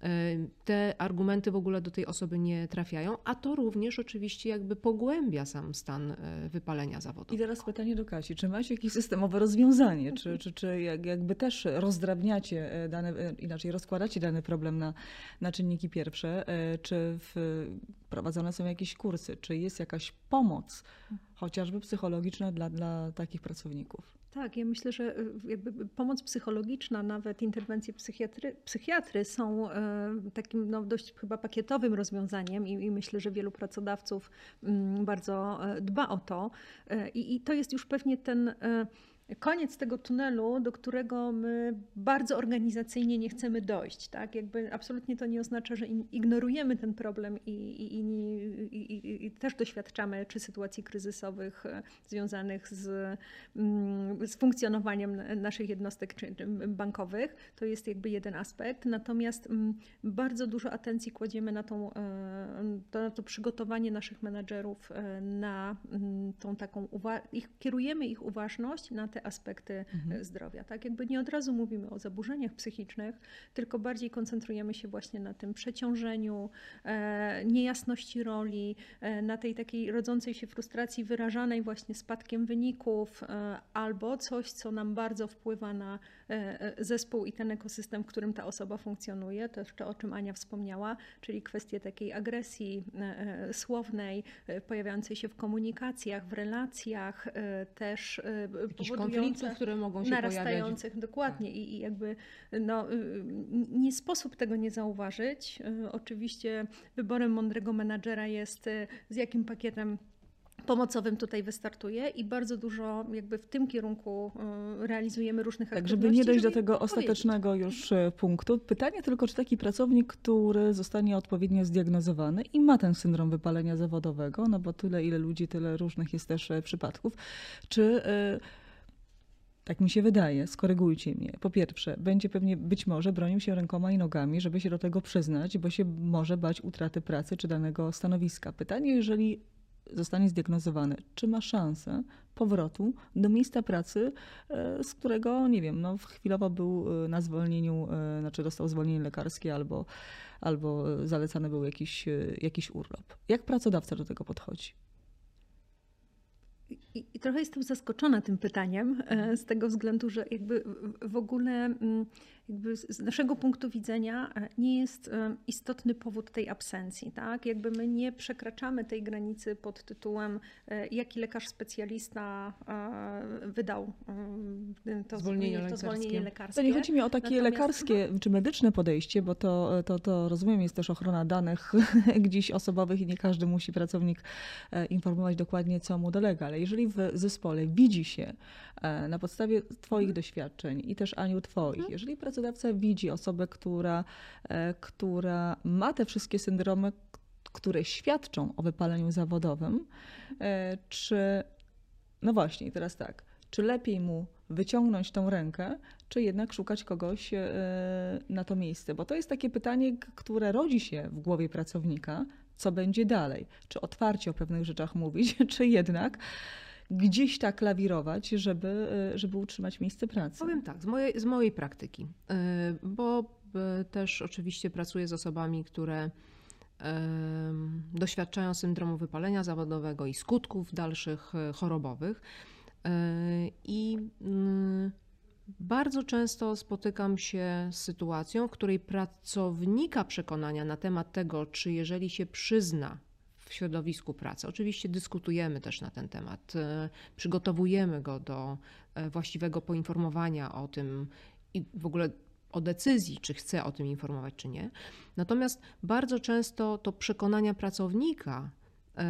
Te argumenty w ogóle do tej osoby nie trafiają, a to również oczywiście jakby pogłębia sam stan wypalenia zawodowego. I teraz pytanie do Kasi, czy macie jakieś systemowe rozwiązanie, czy, czy, czy jakby też rozdrabniacie dane, inaczej rozkładacie dany problem na, na czynniki pierwsze, czy w, prowadzone są jakieś kursy, czy jest jakaś pomoc, chociażby psychologiczna dla, dla takich pracowników? Tak, ja myślę, że jakby pomoc psychologiczna, nawet interwencje psychiatry, psychiatry są takim no, dość chyba pakietowym rozwiązaniem i, i myślę, że wielu pracodawców bardzo dba o to. I, i to jest już pewnie ten koniec tego tunelu, do którego my bardzo organizacyjnie nie chcemy dojść. Tak? Jakby absolutnie to nie oznacza, że ignorujemy ten problem i, i, i, i, i też doświadczamy czy sytuacji kryzysowych związanych z, z funkcjonowaniem naszych jednostek czy bankowych. To jest jakby jeden aspekt. Natomiast bardzo dużo atencji kładziemy na, tą, na to przygotowanie naszych menadżerów na tą taką, ich, kierujemy ich uważność na te te aspekty Mhm. zdrowia. Tak, jakby nie od razu mówimy o zaburzeniach psychicznych, tylko bardziej koncentrujemy się właśnie na tym przeciążeniu, e, niejasności roli, e, na tej takiej rodzącej się frustracji wyrażanej właśnie spadkiem wyników, e, albo coś, co nam bardzo wpływa na e, zespół i ten ekosystem, w którym ta osoba funkcjonuje, to jeszcze o czym Ania wspomniała, czyli kwestie takiej agresji e, słownej, e, pojawiającej się w komunikacjach, w relacjach, e, też e, Jakichś powodujące konfliktów, które mogą się pojawiać. narastających, dokładnie. I, I jakby no, y, nie sposób tego nie zauważyć. Y, Oczywiście wyborem mądrego menadżera jest, y, z jakim pakietem pomocowym tutaj wystartuje i bardzo dużo jakby w tym kierunku y, realizujemy różnych Tak, aktywności. żeby nie dojść do żeby tego odpowiedzieć. ostatecznego już e, punktu. Pytanie tylko, czy taki pracownik, który zostanie odpowiednio zdiagnozowany i ma ten syndrom wypalenia zawodowego, no bo tyle, ile ludzi, tyle różnych jest też e, przypadków, czy e, tak mi się wydaje, skorygujcie mnie. Po pierwsze, będzie pewnie być może bronił się rękoma i nogami, żeby się do tego przyznać, bo się może bać utraty pracy czy danego stanowiska. Pytanie, jeżeli zostanie zdiagnozowany, czy ma szansę powrotu do miejsca pracy, e, z którego, nie wiem, no chwilowo był e, na zwolnieniu, e, znaczy dostał zwolnienie lekarskie albo, albo e, zalecany był jakiś, e, jakiś urlop. Jak pracodawca do tego podchodzi? I, I trochę jestem zaskoczona tym pytaniem, e, z tego względu, że jakby w- w ogóle mm, jakby z z naszego punktu widzenia e, nie jest e, istotny powód tej absencji, tak? Jakby my nie przekraczamy tej granicy pod tytułem, e, jaki lekarz specjalista e, wydał e, to Zwolnienie to zwolnienie lekarskie. lekarskie. To nie chodzi mi o takie Natomiast- lekarskie czy medyczne podejście, bo to, to, to rozumiem, jest też ochrona danych gdzieś osobowych i nie każdy musi pracownik e, informować dokładnie, co mu dolega. Ale jeżeli w zespole widzi się e, na podstawie Twoich doświadczeń i też Aniu Twoich, jeżeli pracodawca widzi osobę, która, e, która ma te wszystkie syndromy, k- które świadczą o wypaleniu zawodowym, e, czy no właśnie, i teraz tak. Czy lepiej mu wyciągnąć tą rękę, czy jednak szukać kogoś e, na to miejsce? Bo to jest takie pytanie, k- które rodzi się w głowie pracownika, co będzie dalej? Czy otwarcie o pewnych rzeczach mówić, czy jednak gdzieś tak lawirować, żeby, e, żeby utrzymać miejsce pracy? Powiem tak, z mojej, z mojej praktyki, y, bo y, też oczywiście pracuję z osobami, które y, doświadczają syndromu wypalenia zawodowego i skutków dalszych y, chorobowych. Y, I y, bardzo często spotykam się z sytuacją, w której pracownika przekonania na temat tego, czy jeżeli się przyzna w środowisku pracy, oczywiście dyskutujemy też na ten temat, y, przygotowujemy go do y, właściwego poinformowania o tym i w ogóle o decyzji, czy chce o tym informować, czy nie. Natomiast bardzo często to przekonania pracownika y,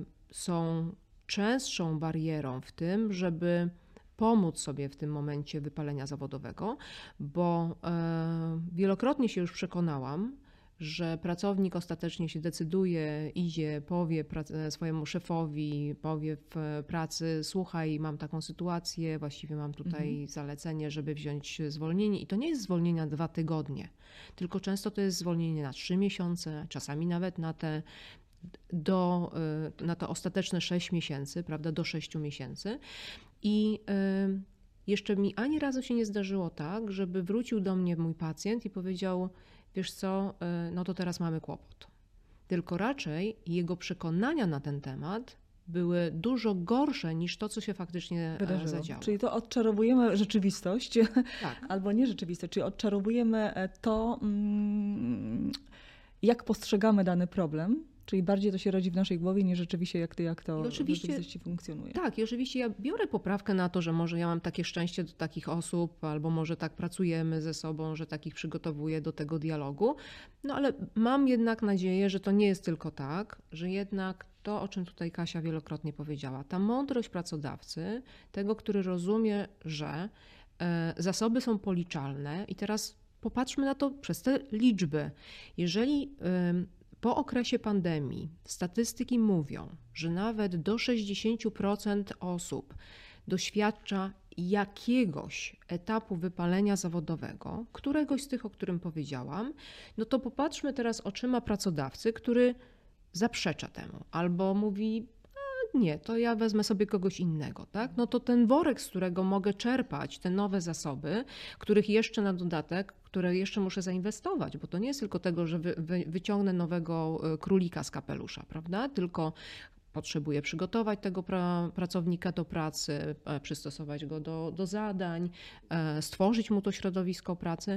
są częstszą barierą w tym, żeby pomóc sobie w tym momencie wypalenia zawodowego, bo e, wielokrotnie się już przekonałam, że pracownik ostatecznie się decyduje, idzie, powie prac- swojemu szefowi, powie w pracy: słuchaj, mam taką sytuację, właściwie mam tutaj Mhm. zalecenie, zalecenie, żeby wziąć zwolnienie. I to nie jest zwolnienie na dwa tygodnie, tylko często to jest zwolnienie na trzy miesiące, czasami nawet na te do, y, na to ostateczne sześć miesięcy, prawda, do sześciu miesięcy. I y, jeszcze mi ani razu się nie zdarzyło tak, żeby wrócił do mnie mój pacjent i powiedział: wiesz co, y, no to teraz mamy kłopot. Tylko raczej jego przekonania na ten temat były dużo gorsze niż to, co się faktycznie e, Wydarzyło. zadziało. Czyli to odczarowujemy rzeczywistość, Tak. albo nie rzeczywistość, czyli odczarowujemy e, to, mm, jak postrzegamy dany problem, czyli bardziej to się rodzi w naszej głowie niż rzeczywiście jak, to- jak to I w oczywiście- rzeczywistości funkcjonuje. Tak, i oczywiście ja biorę poprawkę na to, że może ja mam takie szczęście do takich osób, albo może tak pracujemy ze sobą, że takich przygotowuję do tego dialogu. No ale mam jednak nadzieję, że to nie jest tylko tak, że jednak to, o czym tutaj Kasia wielokrotnie powiedziała, ta mądrość pracodawcy, tego, który rozumie, że e, zasoby są policzalne i teraz popatrzmy na to przez te liczby. Jeżeli ym, po okresie pandemii statystyki mówią, że nawet do sześćdziesiąt procent osób doświadcza jakiegoś etapu wypalenia zawodowego, któregoś z tych, o którym powiedziałam, no to popatrzmy teraz oczyma pracodawcy, który zaprzecza temu albo mówi: nie, to ja wezmę sobie kogoś innego, tak? No to ten worek, z którego mogę czerpać te nowe zasoby, których jeszcze na dodatek, które jeszcze muszę zainwestować, bo to nie jest tylko tego, że wy, wy, wyciągnę nowego królika z kapelusza, prawda? Tylko potrzebuję przygotować tego pra, pracownika do pracy, przystosować go do, do zadań, stworzyć mu to środowisko pracy,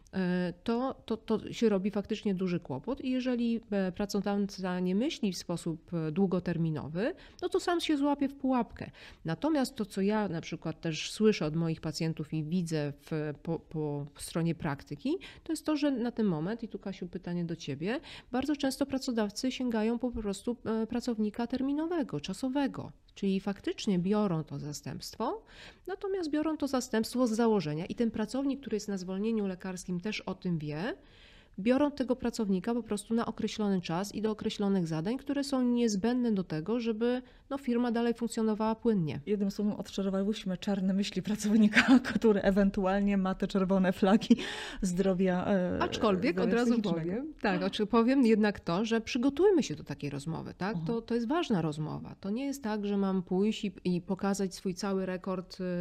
to, to, to się robi faktycznie duży kłopot i jeżeli pracodawca nie myśli w sposób długoterminowy, no to sam się złapie w pułapkę. Natomiast to, co ja na przykład też słyszę od moich pacjentów i widzę w, po, po stronie praktyki, to jest to, że na ten moment, i tu Kasiu pytanie do Ciebie, bardzo często pracodawcy sięgają po prostu pracownika terminowego, czasowego. Czyli faktycznie biorą to zastępstwo, natomiast biorą to zastępstwo z założenia i ten pracownik, który jest na zwolnieniu lekarskim, też o tym wie, biorą tego pracownika po prostu na określony czas i do określonych zadań, które są niezbędne do tego, żeby no, firma dalej funkcjonowała płynnie. Jednym słowem odczarowałyśmy czarne myśli pracownika, który ewentualnie ma te czerwone flagi zdrowia. Aczkolwiek zdrowia od razu powiem, tak, oczy powiem jednak to, że przygotujmy się do takiej rozmowy. Tak? To, to jest ważna rozmowa. To nie jest tak, że mam pójść i, i pokazać swój cały rekord y, y,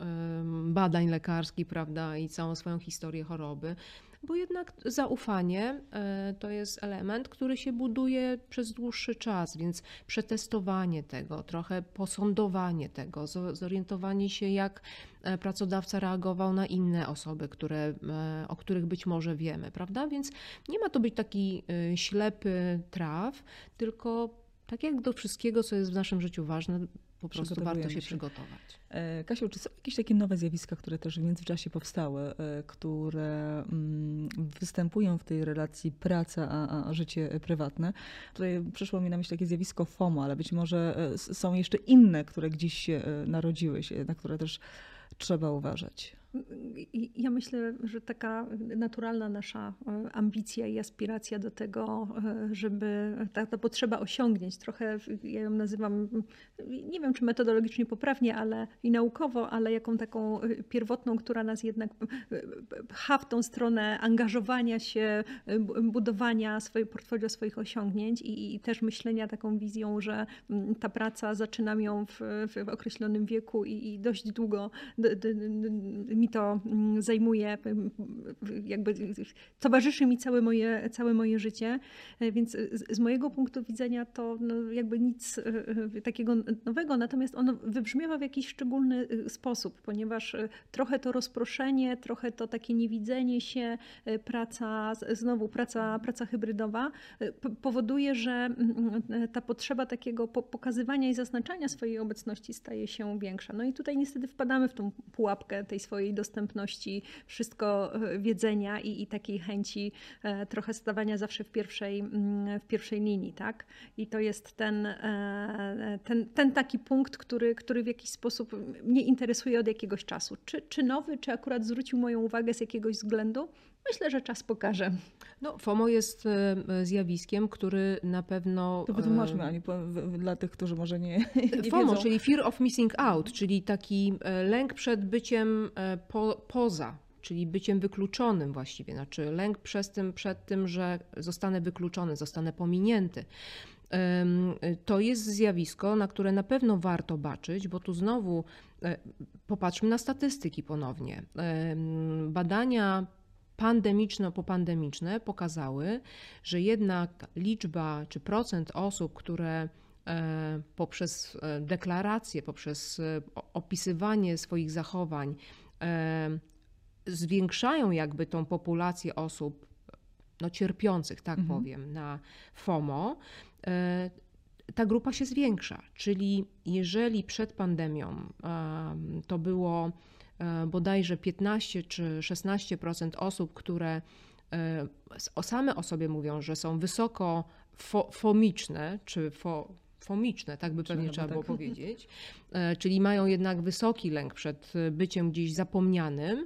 badań lekarskich, prawda, i całą swoją historię choroby. Bo jednak zaufanie to jest element, który się buduje przez dłuższy czas, więc przetestowanie tego, trochę posądowanie tego, zorientowanie się, jak pracodawca reagował na inne osoby, które, o których być może wiemy, prawda? Więc nie ma to być taki ślepy traf, tylko tak jak do wszystkiego, co jest w naszym życiu ważne, po prostu warto się, się przygotować. Kasiu, czy są jakieś takie nowe zjawiska, które też w międzyczasie powstały, które występują w tej relacji praca a, a życie prywatne? Tutaj przyszło mi na myśl takie zjawisko FOMO, ale być może są jeszcze inne, które gdzieś się narodziły, na które też trzeba uważać. Ja myślę, że taka naturalna nasza ambicja i aspiracja do tego, żeby ta, ta potrzeba osiągnięć, trochę ja ją nazywam, nie wiem czy metodologicznie poprawnie, ale i naukowo, ale jaką taką pierwotną, która nas jednak pcha w tą stronę angażowania się, budowania swojego portfolio, swoich osiągnięć i, i też myślenia taką wizją, że ta praca, zaczynam ją w, w określonym wieku i, i dość długo d, d, d, mi to zajmuje, jakby towarzyszy mi całe moje, całe moje życie, więc z, z mojego punktu widzenia to no jakby nic takiego nowego, natomiast ono wybrzmiewa w jakiś szczególny sposób, ponieważ trochę to rozproszenie, trochę to takie niewidzenie się, praca, znowu praca, praca hybrydowa powoduje, że ta potrzeba takiego pokazywania i zaznaczania swojej obecności staje się większa. No i tutaj niestety wpadamy w tą pułapkę tej swojej dostępności, wszystko wiedzenia i, i takiej chęci trochę stawania zawsze w pierwszej, w pierwszej linii, tak? I to jest ten, ten, ten taki punkt, który, który w jakiś sposób mnie interesuje od jakiegoś czasu. Czy, czy nowy, czy akurat zwrócił moją uwagę z jakiegoś względu? Myślę, że czas pokaże. No, FOMO jest zjawiskiem, który na pewno... To wytłumaczmy, Ani, dla tych, którzy może nie, nie FOMO, wiedzą. czyli fear of missing out, czyli taki lęk przed byciem po, poza, czyli byciem wykluczonym właściwie. Znaczy lęk przed tym, przed tym, że zostanę wykluczony, zostanę pominięty. To jest zjawisko, na które na pewno warto baczyć, bo tu znowu popatrzmy na statystyki ponownie. Badania pandemiczno-popandemiczne pokazały, że jednak liczba czy procent osób, które poprzez deklaracje, poprzez opisywanie swoich zachowań zwiększają jakby tą populację osób no, cierpiących, tak mhm. powiem, na FOMO, ta grupa się zwiększa. Czyli jeżeli przed pandemią to było bodajże piętnaście czy szesnaście procent osób, które same o sobie mówią, że są wysoko fo, fomiczne, czy fo, fomiczne, tak by pewnie trzeba było tak. powiedzieć, czyli mają jednak wysoki lęk przed byciem gdzieś zapomnianym,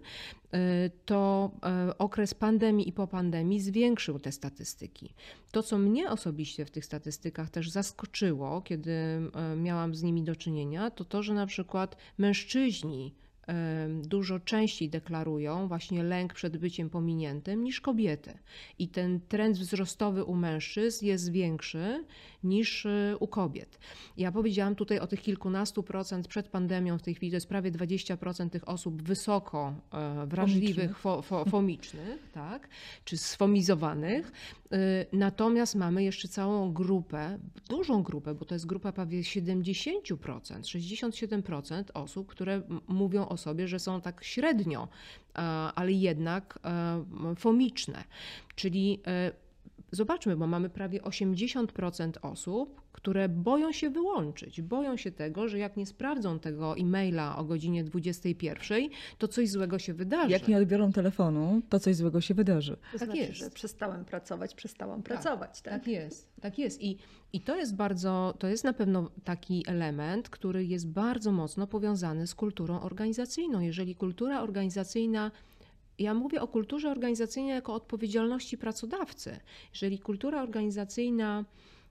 to okres pandemii i po pandemii zwiększył te statystyki. To, co mnie osobiście w tych statystykach też zaskoczyło, kiedy miałam z nimi do czynienia, to to, że na przykład mężczyźni dużo częściej deklarują właśnie lęk przed byciem pominiętym niż kobiety. I ten trend wzrostowy u mężczyzn jest większy niż u kobiet. Ja powiedziałam tutaj o tych kilkunastu procent przed pandemią, w tej chwili to jest prawie dwadzieścia procent tych osób wysoko wrażliwych, fo, fo, fomicznych, tak, czy sfomizowanych. Natomiast mamy jeszcze całą grupę, dużą grupę, bo to jest grupa prawie siedemdziesiąt procent, sześćdziesiąt siedem procent osób, które mówią o sobie, że są tak średnio, ale jednak fomiczne. Czyli zobaczmy, bo mamy prawie osiemdziesiąt procent osób, które boją się wyłączyć, boją się tego, że jak nie sprawdzą tego e-maila o godzinie dwudziestej pierwszej, to coś złego się wydarzy. Jak nie odbiorą telefonu, to coś złego się wydarzy. To tak znaczy, jest. że przestałem pracować, przestałam tak, pracować. Tak? tak jest, tak jest. I, I to jest bardzo, to jest na pewno taki element, który jest bardzo mocno powiązany z kulturą organizacyjną. Jeżeli kultura organizacyjna Ja mówię o kulturze organizacyjnej jako odpowiedzialności pracodawcy. Jeżeli kultura organizacyjna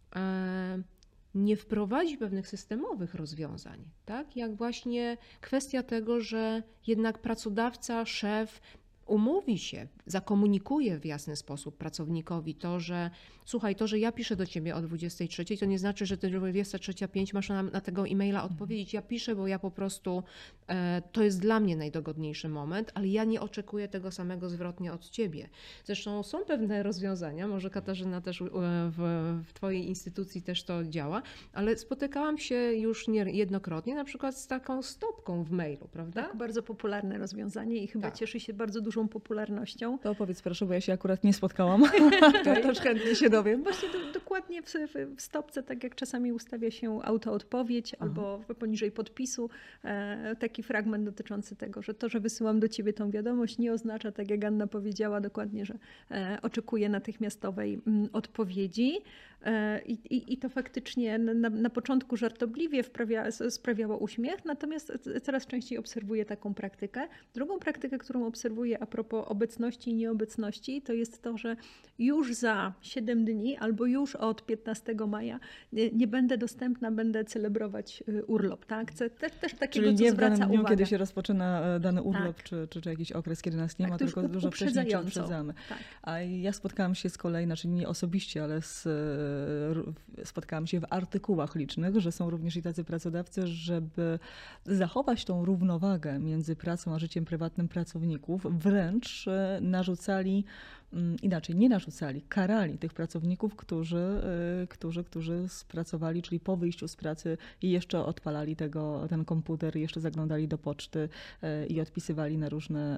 e, nie wprowadzi pewnych systemowych rozwiązań, tak? Jak właśnie kwestia tego, że jednak pracodawca, szef umówi się, zakomunikuje w jasny sposób pracownikowi to, że słuchaj, to, że ja piszę do ciebie o dwudziestej trzeciej, to nie znaczy, że ty dwudziesta trzecia pięć masz na, na tego e-maila odpowiedzieć. Ja piszę, bo ja po prostu, e, to jest dla mnie najdogodniejszy moment, ale ja nie oczekuję tego samego zwrotnie od ciebie. Zresztą są pewne rozwiązania, może Katarzyna też w, w twojej instytucji też to działa, ale spotykałam się już niejednokrotnie na przykład z taką stopką w mailu, prawda? Tak, bardzo popularne rozwiązanie i chyba Tak. cieszy się bardzo dużą popularnością. To opowiedz proszę, bo ja się akurat nie spotkałam. To też chętnie się dowiem. Właśnie do, dokładnie w, w, w stopce, tak jak czasami ustawia się autoodpowiedź Aha. albo poniżej podpisu, e, taki fragment dotyczący tego, że to, że wysyłam do ciebie tą wiadomość, nie oznacza, tak jak Anna powiedziała dokładnie, że e, oczekuję natychmiastowej m, odpowiedzi. E, i, I to faktycznie na, na początku żartobliwie wprawia, sprawiało uśmiech, natomiast coraz częściej obserwuję taką praktykę. Drugą praktykę, którą obserwuję a propos obecności i nieobecności, to jest to, że już za siedem dni albo już od piętnastego maja nie, nie będę dostępna, będę celebrować urlop. Tak? Też, też takiego, Czyli co nie w zwraca danym dniu, uwagę. kiedy się rozpoczyna dany urlop, Tak. czy, czy, czy jakiś okres, kiedy nas nie tak, ma, to tylko już dużo wcześniej czy uprzedzająco. uprzedzamy. Tak. A ja spotkałam się z kolei, znaczy nie osobiście, ale z, spotkałam się w artykułach licznych, że są również i tacy pracodawcy, żeby zachować tą równowagę między pracą a życiem prywatnym pracowników, wręcz narzucali, inaczej nie narzucali, karali tych pracowników, którzy, którzy, którzy spracowali, czyli po wyjściu z pracy i jeszcze odpalali tego, ten komputer, jeszcze zaglądali do poczty i odpisywali na różne,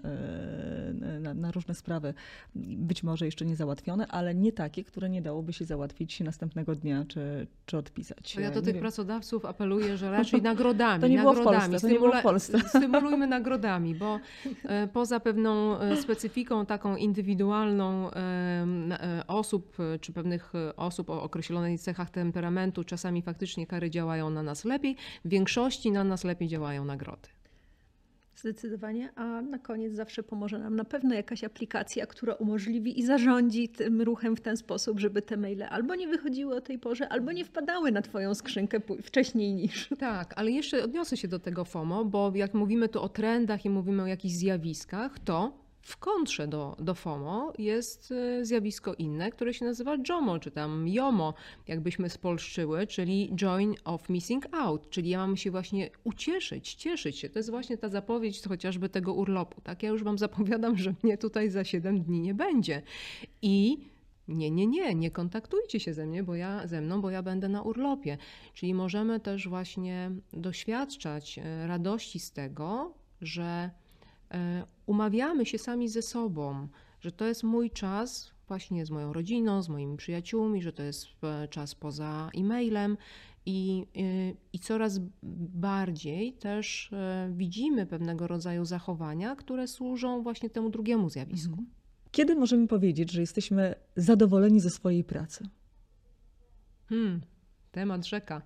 na, na różne sprawy, być może jeszcze nie załatwione, ale nie takie, które nie dałoby się załatwić następnego dnia czy, czy odpisać. To ja do nie tych wiem. pracodawców apeluję, że raczej nagrodami. To nie było w nagrodami. Polsce, to nie było w Polsce. Stymulujmy nagrodami, bo poza pewną specyfiką taką indywidualną osób, czy pewnych osób o określonej cechach temperamentu, czasami faktycznie kary działają na nas lepiej, w większości na nas lepiej działają nagrody. Zdecydowanie, a na koniec zawsze pomoże nam na pewno jakaś aplikacja, która umożliwi i zarządzi tym ruchem w ten sposób, żeby te maile albo nie wychodziły o tej porze, albo nie wpadały na twoją skrzynkę wcześniej niż. Tak, ale jeszcze odniosę się do tego FOMO, bo jak mówimy tu o trendach i mówimy o jakichś zjawiskach, to w kontrze do, do FOMO jest zjawisko inne, które się nazywa JOMO, czy tam JOMO, jakbyśmy spolszczyły, czyli Join of Missing Out, czyli ja mam się właśnie ucieszyć, cieszyć się. To jest właśnie ta zapowiedź chociażby tego urlopu. Tak, ja już wam zapowiadam, że mnie tutaj za siedem dni nie będzie. I nie, nie, nie, nie kontaktujcie się ze mnie, bo ja, ze mną, bo ja będę na urlopie. Czyli możemy też właśnie doświadczać radości z tego, że umawiamy się sami ze sobą, że to jest mój czas właśnie z moją rodziną, z moimi przyjaciółmi, że to jest czas poza e-mailem i, i coraz bardziej też widzimy pewnego rodzaju zachowania, które służą właśnie temu drugiemu zjawisku. Kiedy możemy powiedzieć, że jesteśmy zadowoleni ze swojej pracy? Hmm, temat rzeka.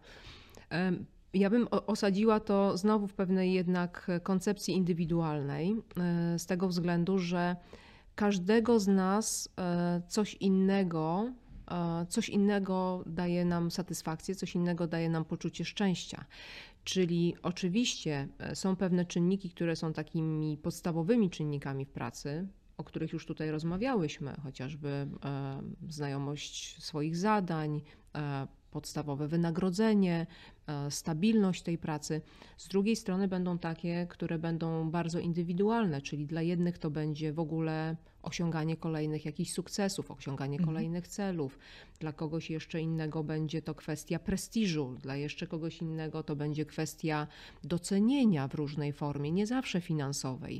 Ja bym osadziła to znowu w pewnej jednak koncepcji indywidualnej, z tego względu, że każdego z nas coś innego, coś innego daje nam satysfakcję, coś innego daje nam poczucie szczęścia. Czyli oczywiście są pewne czynniki, które są takimi podstawowymi czynnikami w pracy, o których już tutaj rozmawiałyśmy, chociażby e, znajomość swoich zadań, e, podstawowe wynagrodzenie, e, stabilność tej pracy. Z drugiej strony będą takie, które będą bardzo indywidualne, czyli dla jednych to będzie w ogóle osiąganie kolejnych jakichś sukcesów, osiąganie Mhm. kolejnych celów. Dla kogoś jeszcze innego będzie to kwestia prestiżu, dla jeszcze kogoś innego to będzie kwestia docenienia w różnej formie, nie zawsze finansowej.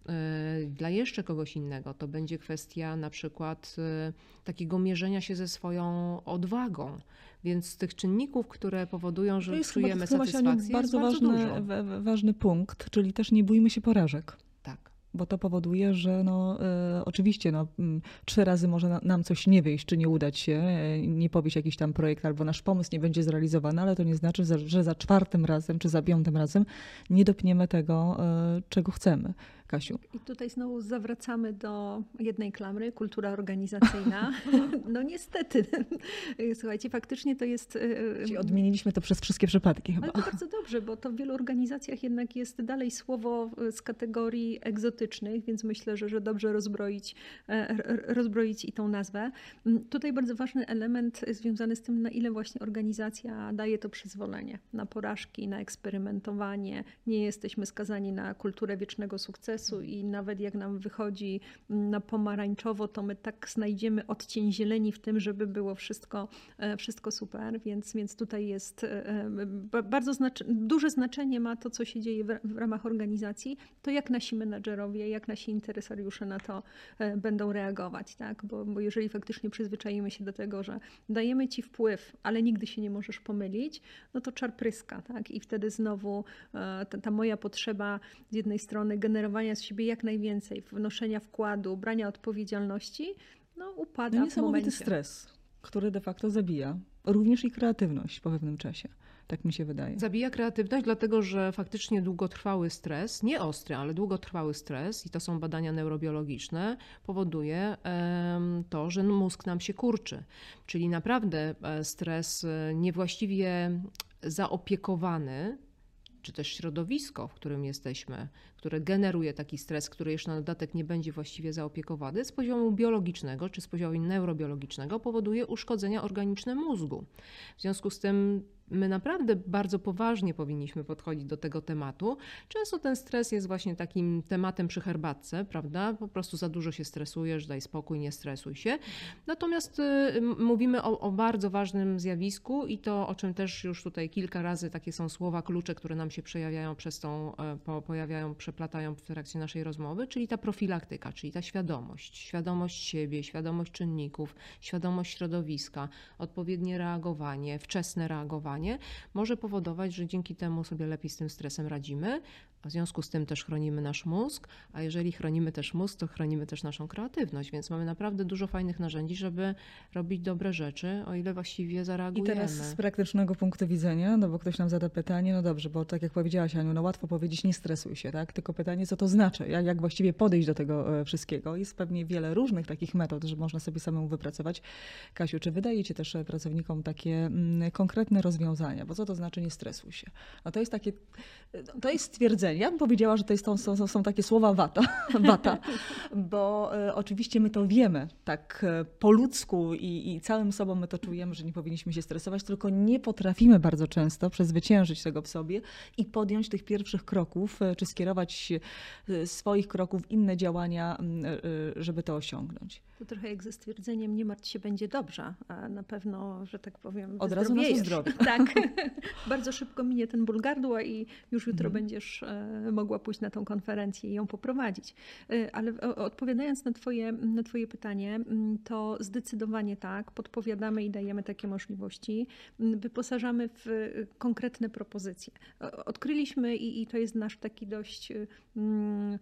Dla jeszcze kogoś innego to będzie kwestia na przykład takiego mierzenia się ze swoją odwagą. Więc z tych czynników, które powodują, że To jest czujemy chyba, chyba, Aniu, satysfakcję, bardzo, jest bardzo ważny, dużo. wa- wa- ważny punkt, czyli też nie bójmy się porażek. Tak. Bo to powoduje, że no, e, oczywiście no, m, trzy razy może na, nam coś nie wyjść, czy nie udać się, e, nie powieść jakiś tam projekt, albo nasz pomysł nie będzie zrealizowany, ale to nie znaczy, że, że za czwartym razem, czy za piątym razem nie dopniemy tego, e, czego chcemy. Kasiu. I tutaj znowu zawracamy do jednej klamry, kultura organizacyjna. No niestety, słuchajcie, faktycznie to jest... Czyli odmieniliśmy to przez wszystkie przypadki chyba. Ale to bardzo dobrze, bo to w wielu organizacjach jednak jest dalej słowo z kategorii egzotycznych, więc myślę, że, że dobrze rozbroić, rozbroić i tą nazwę. Tutaj bardzo ważny element związany z tym, na ile właśnie organizacja daje to przyzwolenie na porażki, na eksperymentowanie. Nie jesteśmy skazani na kulturę wiecznego sukcesu i nawet jak nam wychodzi na pomarańczowo, to my tak znajdziemy odcień zieleni w tym, żeby było wszystko, wszystko super, więc, więc tutaj jest bardzo znaczy, duże znaczenie ma to, co się dzieje w, w ramach organizacji, to jak nasi menadżerowie, jak nasi interesariusze na to będą reagować, tak? Bo, bo jeżeli faktycznie przyzwyczajimy się do tego, że dajemy ci wpływ, ale nigdy się nie możesz pomylić, no to czar pryska, tak? I wtedy znowu ta, ta moja potrzeba z jednej strony generowania z siebie jak najwięcej, wnoszenia wkładu, brania odpowiedzialności, no upada No w niesamowity momencie. stres, który de facto zabija również i kreatywność po pewnym czasie. Tak mi się wydaje. Zabija kreatywność, dlatego że faktycznie długotrwały stres, nie ostry, ale długotrwały stres, i to są badania neurobiologiczne, powoduje em, to, że mózg nam się kurczy. Czyli naprawdę e, stres e, niewłaściwie zaopiekowany, czy też środowisko, w którym jesteśmy, które generuje taki stres, który jeszcze na dodatek nie będzie właściwie zaopiekowany, z poziomu biologicznego czy z poziomu neurobiologicznego powoduje uszkodzenia organiczne mózgu. W związku z tym my naprawdę bardzo poważnie powinniśmy podchodzić do tego tematu. Często ten stres jest właśnie takim tematem przy herbatce, prawda? Po prostu za dużo się stresujesz, daj spokój, nie stresuj się. Natomiast y, mówimy o, o bardzo ważnym zjawisku i to, o czym też już tutaj kilka razy takie są słowa klucze, które nam się przejawiają przez tą, po, pojawiają, przeplatają w trakcie naszej rozmowy, czyli ta profilaktyka, czyli ta świadomość. Świadomość siebie, świadomość czynników, świadomość środowiska, odpowiednie reagowanie, wczesne reagowanie może powodować, że dzięki temu sobie lepiej z tym stresem radzimy, a w związku z tym też chronimy nasz mózg, a jeżeli chronimy też mózg, to chronimy też naszą kreatywność, więc mamy naprawdę dużo fajnych narzędzi, żeby robić dobre rzeczy, o ile właściwie I zareagujemy. teraz z praktycznego punktu widzenia, no bo ktoś nam zada pytanie, no dobrze, bo tak jak powiedziałaś, Aniu, no łatwo powiedzieć nie stresuj się, tak? Tylko pytanie, co to znaczy, jak, jak właściwie podejść do tego wszystkiego. Jest pewnie wiele różnych takich metod, że można sobie samemu wypracować. Kasiu, czy wydaje ci też pracownikom takie mm, konkretne rozwiązania? Bo co to znaczy nie stresuj się? No to jest takie, to jest stwierdzenie. Ja bym powiedziała, że to jest, są, są, są takie słowa wata, wata bo e, oczywiście my to wiemy tak e, po ludzku i, i całym sobą my to czujemy, że nie powinniśmy się stresować, tylko nie potrafimy bardzo często przezwyciężyć tego w sobie i podjąć tych pierwszych kroków, e, czy skierować e, swoich kroków w inne działania, m, e, żeby to osiągnąć. To trochę jak ze stwierdzeniem nie martw się, będzie dobrze, a na pewno, że tak powiem, Od razu nasze zdrowie. Tak, bardzo szybko minie ten ból gardła i już jutro Mhm. będziesz e, mogła pójść na tą konferencję i ją poprowadzić. E, ale o, odpowiadając na twoje, na twoje pytanie, m, to zdecydowanie tak, podpowiadamy i dajemy takie możliwości, m, wyposażamy w e, konkretne propozycje. O- Odkryliśmy i, i to jest nasz taki dość... m,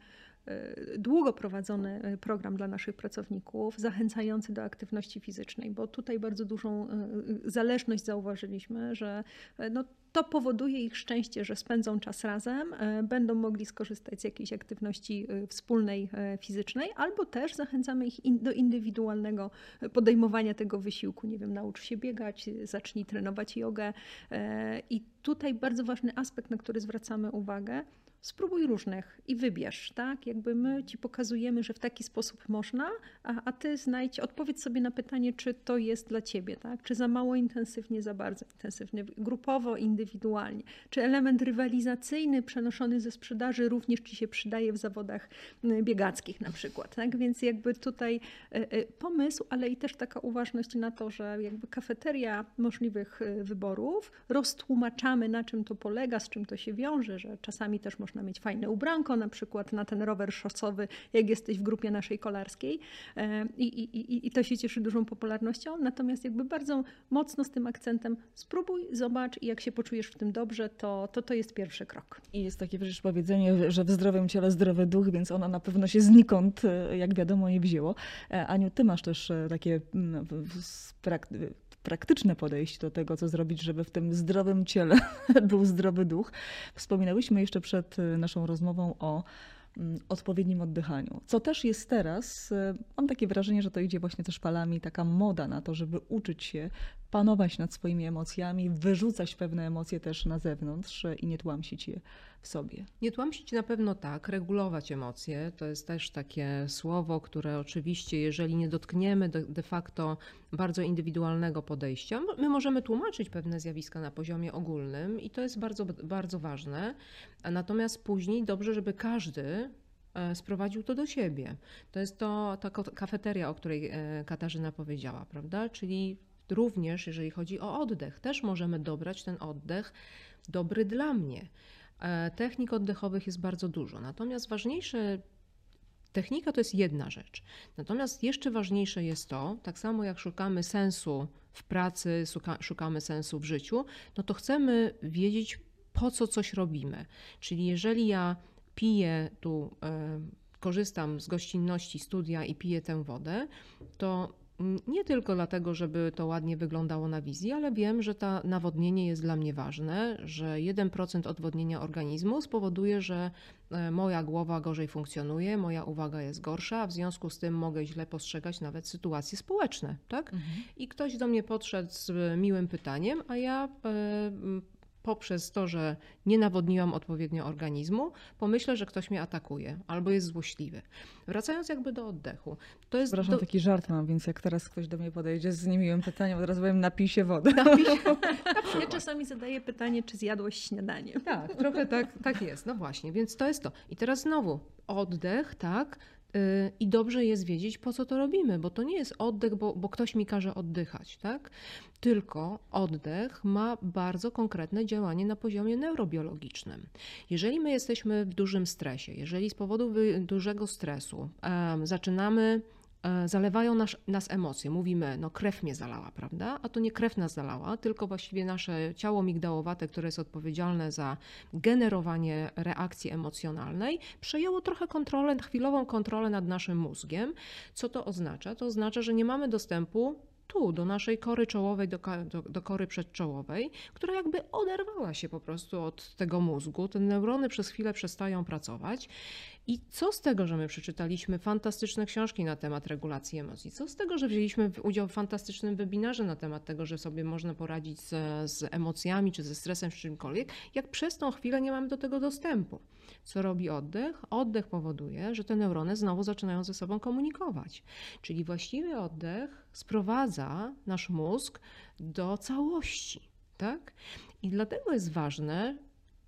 długo prowadzony program dla naszych pracowników, zachęcający do aktywności fizycznej, bo tutaj bardzo dużą zależność zauważyliśmy, że no, to powoduje ich szczęście, że spędzą czas razem, będą mogli skorzystać z jakiejś aktywności wspólnej, fizycznej, albo też zachęcamy ich do indywidualnego podejmowania tego wysiłku. Nie wiem, naucz się biegać, zacznij trenować jogę. I tutaj bardzo ważny aspekt, na który zwracamy uwagę, spróbuj różnych i wybierz, tak? Jakby my ci pokazujemy, że w taki sposób można, a, a ty znajdź, odpowiedz sobie na pytanie, czy to jest dla ciebie, tak? Czy za mało intensywnie, za bardzo intensywnie, grupowo, indywidualnie. Czy element rywalizacyjny przenoszony ze sprzedaży również ci się przydaje w zawodach biegackich na przykład, tak? Więc jakby tutaj pomysł, ale i też taka uważność na to, że jakby kafeteria możliwych wyborów, roztłumaczamy, na czym to polega, z czym to się wiąże, że czasami też można mieć fajne ubranko, na przykład na ten rower szosowy, jak jesteś w grupie naszej kolarskiej i, i, i to się cieszy dużą popularnością, natomiast jakby bardzo mocno z tym akcentem spróbuj, zobacz i jak się poczujesz w tym dobrze, to to, to jest pierwszy krok. I jest takie przecież powiedzenie, że w zdrowym ciele zdrowy duch, więc ono na pewno się znikąd, jak wiadomo, nie wzięło. Aniu, ty masz też takie praktyczne podejście do tego, co zrobić, żeby w tym zdrowym ciele był zdrowy duch. Wspominałyśmy jeszcze przed naszą rozmową o odpowiednim oddychaniu. Co też jest teraz, mam takie wrażenie, że to idzie właśnie też falami, taka moda na to, żeby uczyć się panować nad swoimi emocjami, wyrzucać pewne emocje też na zewnątrz i nie tłamsić je w sobie. Nie tłamsić na pewno tak, regulować emocje. To jest też takie słowo, które oczywiście, jeżeli nie dotkniemy de, de facto bardzo indywidualnego podejścia, my możemy tłumaczyć pewne zjawiska na poziomie ogólnym i to jest bardzo, bardzo ważne. Natomiast później dobrze, żeby każdy sprowadził to do siebie. To jest to ta kafeteria, o której Katarzyna powiedziała, prawda? Czyli również, jeżeli chodzi o oddech, też możemy dobrać ten oddech dobry dla mnie. Technik oddechowych jest bardzo dużo, natomiast ważniejsze, technika to jest jedna rzecz, natomiast jeszcze ważniejsze jest to, tak samo jak szukamy sensu w pracy, szukamy sensu w życiu, no to chcemy wiedzieć, po co coś robimy. Czyli jeżeli ja piję tu, y, korzystam z gościnności studia i piję tę wodę, to nie tylko dlatego, żeby to ładnie wyglądało na wizji, ale wiem, że to nawodnienie jest dla mnie ważne, że jeden procent odwodnienia organizmu spowoduje, że moja głowa gorzej funkcjonuje, moja uwaga jest gorsza, a w związku z tym mogę źle postrzegać nawet sytuacje społeczne, tak? Mhm. I ktoś do mnie podszedł z miłym pytaniem, a ja poprzez to, że nie nawodniłam odpowiednio organizmu, pomyślę, że ktoś mnie atakuje albo jest złośliwy. Wracając jakby do oddechu. To jest Przepraszam, do... taki żart mam, więc jak teraz ktoś do mnie podejdzie z niemiłym pytaniem, od razu powiem, napij się wody. Napij się. Ja czasami zadaję pytanie, czy zjadłeś śniadanie. Tak, trochę tak, tak jest. No właśnie, więc to jest to. I teraz znowu oddech, tak? I dobrze jest wiedzieć, po co to robimy, bo to nie jest oddech, bo, bo ktoś mi każe oddychać, tak? Tylko oddech ma bardzo konkretne działanie na poziomie neurobiologicznym. Jeżeli my jesteśmy w dużym stresie, jeżeli z powodu dużego stresu um, zaczynamy zalewają nas, nas emocje. Mówimy, no krew mnie zalała, prawda? A to nie krew nas zalała, tylko właściwie nasze ciało migdałowate, które jest odpowiedzialne za generowanie reakcji emocjonalnej, przejęło trochę kontrolę, chwilową kontrolę nad naszym mózgiem. Co to oznacza? To oznacza, że nie mamy dostępu tu, do naszej kory czołowej, do, do, do kory przedczołowej, która jakby oderwała się po prostu od tego mózgu. Te neurony przez chwilę przestają pracować. I co z tego, że my przeczytaliśmy fantastyczne książki na temat regulacji emocji? Co z tego, że wzięliśmy udział w fantastycznym webinarze na temat tego, że sobie można poradzić z, z emocjami czy ze stresem czy czymkolwiek, jak przez tą chwilę nie mamy do tego dostępu? Co robi oddech? Oddech powoduje, że te neurony znowu zaczynają ze sobą komunikować. Czyli właściwy oddech sprowadza nasz mózg do całości, tak? I dlatego jest ważne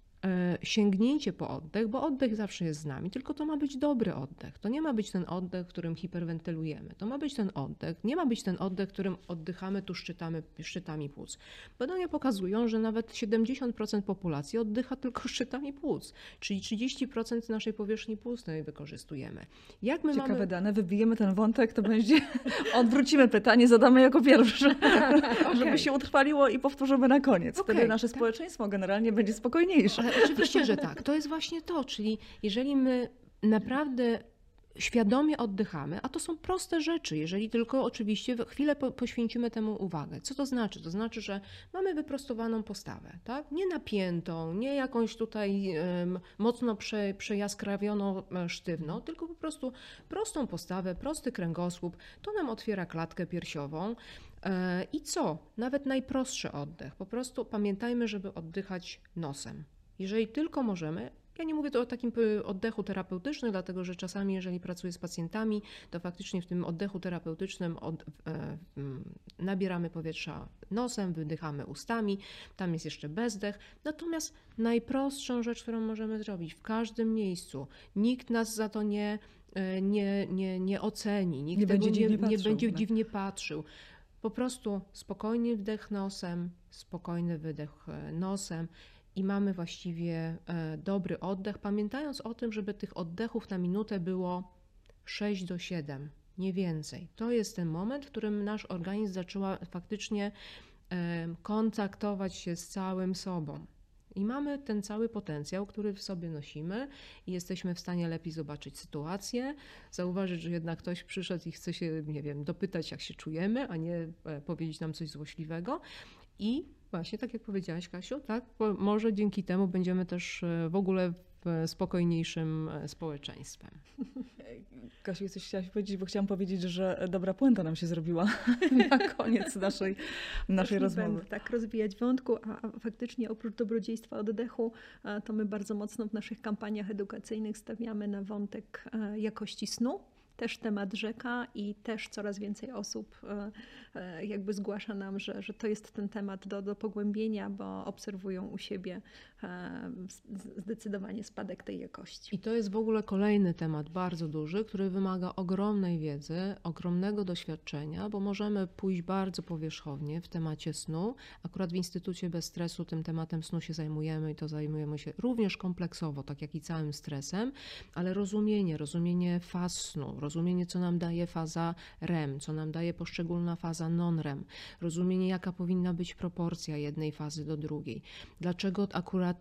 sięgnięcie po oddech, bo oddech zawsze jest z nami, tylko to ma być dobry oddech. To nie ma być ten oddech, w którym hiperwentylujemy. To ma być ten oddech, nie ma być ten oddech, którym oddychamy tu szczytami, szczytami płuc. Badania pokazują, że nawet siedemdziesiąt procent populacji oddycha tylko szczytami płuc, czyli trzydzieści procent naszej powierzchni płucnej wykorzystujemy. Jak my Ciekawe mamy... dane, wybijemy ten wątek, to będzie, odwrócimy pytanie, zadamy jako pierwsze, okay. żeby się utrwaliło i powtórzymy na koniec. Wtedy okay. nasze społeczeństwo generalnie będzie spokojniejsze. Ale oczywiście, że tak. To jest właśnie to, czyli jeżeli my naprawdę świadomie oddychamy, a to są proste rzeczy, jeżeli tylko oczywiście chwilę po, poświęcimy temu uwagę. Co to znaczy? To znaczy, że mamy wyprostowaną postawę, tak? Nie napiętą, nie jakąś tutaj um, mocno prze, przejaskrawioną sztywną, tylko po prostu prostą postawę, prosty kręgosłup. To nam otwiera klatkę piersiową. E, I co? Nawet najprostszy oddech. Po prostu pamiętajmy, żeby oddychać nosem. Jeżeli tylko możemy. Ja nie mówię tu o takim oddechu terapeutycznym, dlatego że czasami, jeżeli pracuję z pacjentami, to faktycznie w tym oddechu terapeutycznym od, e, nabieramy powietrza nosem, wydychamy ustami, tam jest jeszcze bezdech. Natomiast najprostszą rzecz, którą możemy zrobić w każdym miejscu, nikt nas za to nie, nie, nie, nie oceni, nikt Nie tego będzie nie, dziwnie nie patrzył, będzie tak. dziwnie patrzył. Po prostu spokojny wdech nosem, spokojny wydech nosem. I mamy właściwie dobry oddech, pamiętając o tym, żeby tych oddechów na minutę było sześć do siedmiu, nie więcej. To jest ten moment, w którym nasz organizm zaczęła faktycznie kontaktować się z całym sobą. I mamy ten cały potencjał, który w sobie nosimy i jesteśmy w stanie lepiej zobaczyć sytuację, zauważyć, że jednak ktoś przyszedł i chce się, nie wiem, dopytać, jak się czujemy, a nie powiedzieć nam coś złośliwego. I właśnie, tak jak powiedziałaś, Kasiu, tak, może dzięki temu będziemy też w ogóle w spokojniejszym społeczeństwem. Kasiu, coś chciałaś powiedzieć, bo chciałam powiedzieć, że dobra puenta nam się zrobiła na koniec naszej, naszej rozmowy. Będę tak rozwijać wątku, a, a faktycznie oprócz dobrodziejstwa oddechu, to my bardzo mocno w naszych kampaniach edukacyjnych stawiamy na wątek jakości snu. Też temat rzeka i też coraz więcej osób jakby zgłasza nam, że, że to jest ten temat do, do pogłębienia, bo obserwują u siebie zdecydowanie spadek tej jakości. I to jest w ogóle kolejny temat bardzo duży, który wymaga ogromnej wiedzy, ogromnego doświadczenia, bo możemy pójść bardzo powierzchownie w temacie snu. Akurat w Instytucie Bez Stresu tym tematem snu się zajmujemy i to zajmujemy się również kompleksowo, tak jak i całym stresem, ale rozumienie, rozumienie faz snu, rozumienie, co nam daje faza R E M, co nam daje poszczególna faza non-R E M, rozumienie, jaka powinna być proporcja jednej fazy do drugiej. Dlaczego akurat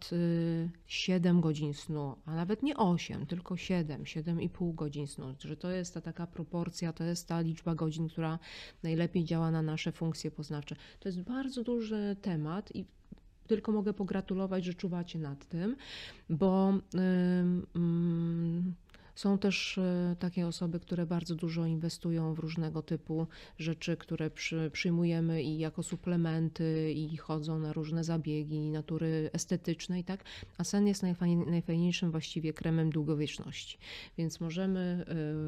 siedem godzin snu, a nawet nie osiem, tylko siedem, siedem i pół godzin snu, że to jest ta taka proporcja, to jest ta liczba godzin, która najlepiej działa na nasze funkcje poznawcze. To jest bardzo duży temat i tylko mogę pogratulować, że czuwacie nad tym, bo yy, yy, są też takie osoby, które bardzo dużo inwestują w różnego typu rzeczy, które przy, przyjmujemy i jako suplementy i chodzą na różne zabiegi natury estetycznej, tak? A sen jest najfajniej, najfajniejszym właściwie kremem długowieczności. Więc możemy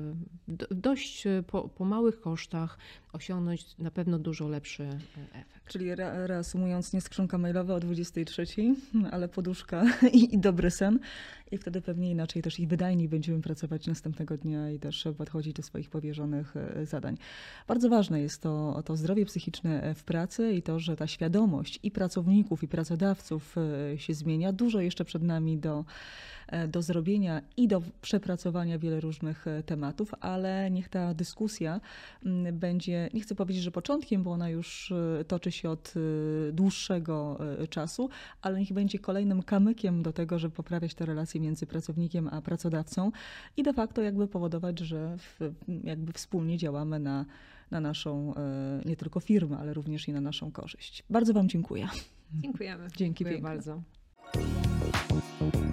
dość po, po małych kosztach osiągnąć na pewno dużo lepszy efekt. Czyli re, reasumując, nie skrzynka mailowa o dwudziestej trzeciej, ale poduszka i, i dobry sen. I wtedy pewnie inaczej też i wydajniej będziemy pracować następnego dnia i też podchodzić do swoich powierzonych zadań. Bardzo ważne jest to, to zdrowie psychiczne w pracy i to, że ta świadomość i pracowników, i pracodawców się zmienia. Dużo jeszcze przed nami do, do zrobienia i do przepracowania wiele różnych tematów, ale niech ta dyskusja będzie, nie chcę powiedzieć, że początkiem, bo ona już toczy się od dłuższego czasu, ale niech będzie kolejnym kamykiem do tego, żeby poprawiać te relacje między pracownikiem a pracodawcą i de facto jakby powodować, że w, jakby wspólnie działamy na, na naszą nie tylko firmę, ale również i na naszą korzyść. Bardzo Wam dziękuję. Dziękujemy. Dzięki Dziękuję piękne. bardzo.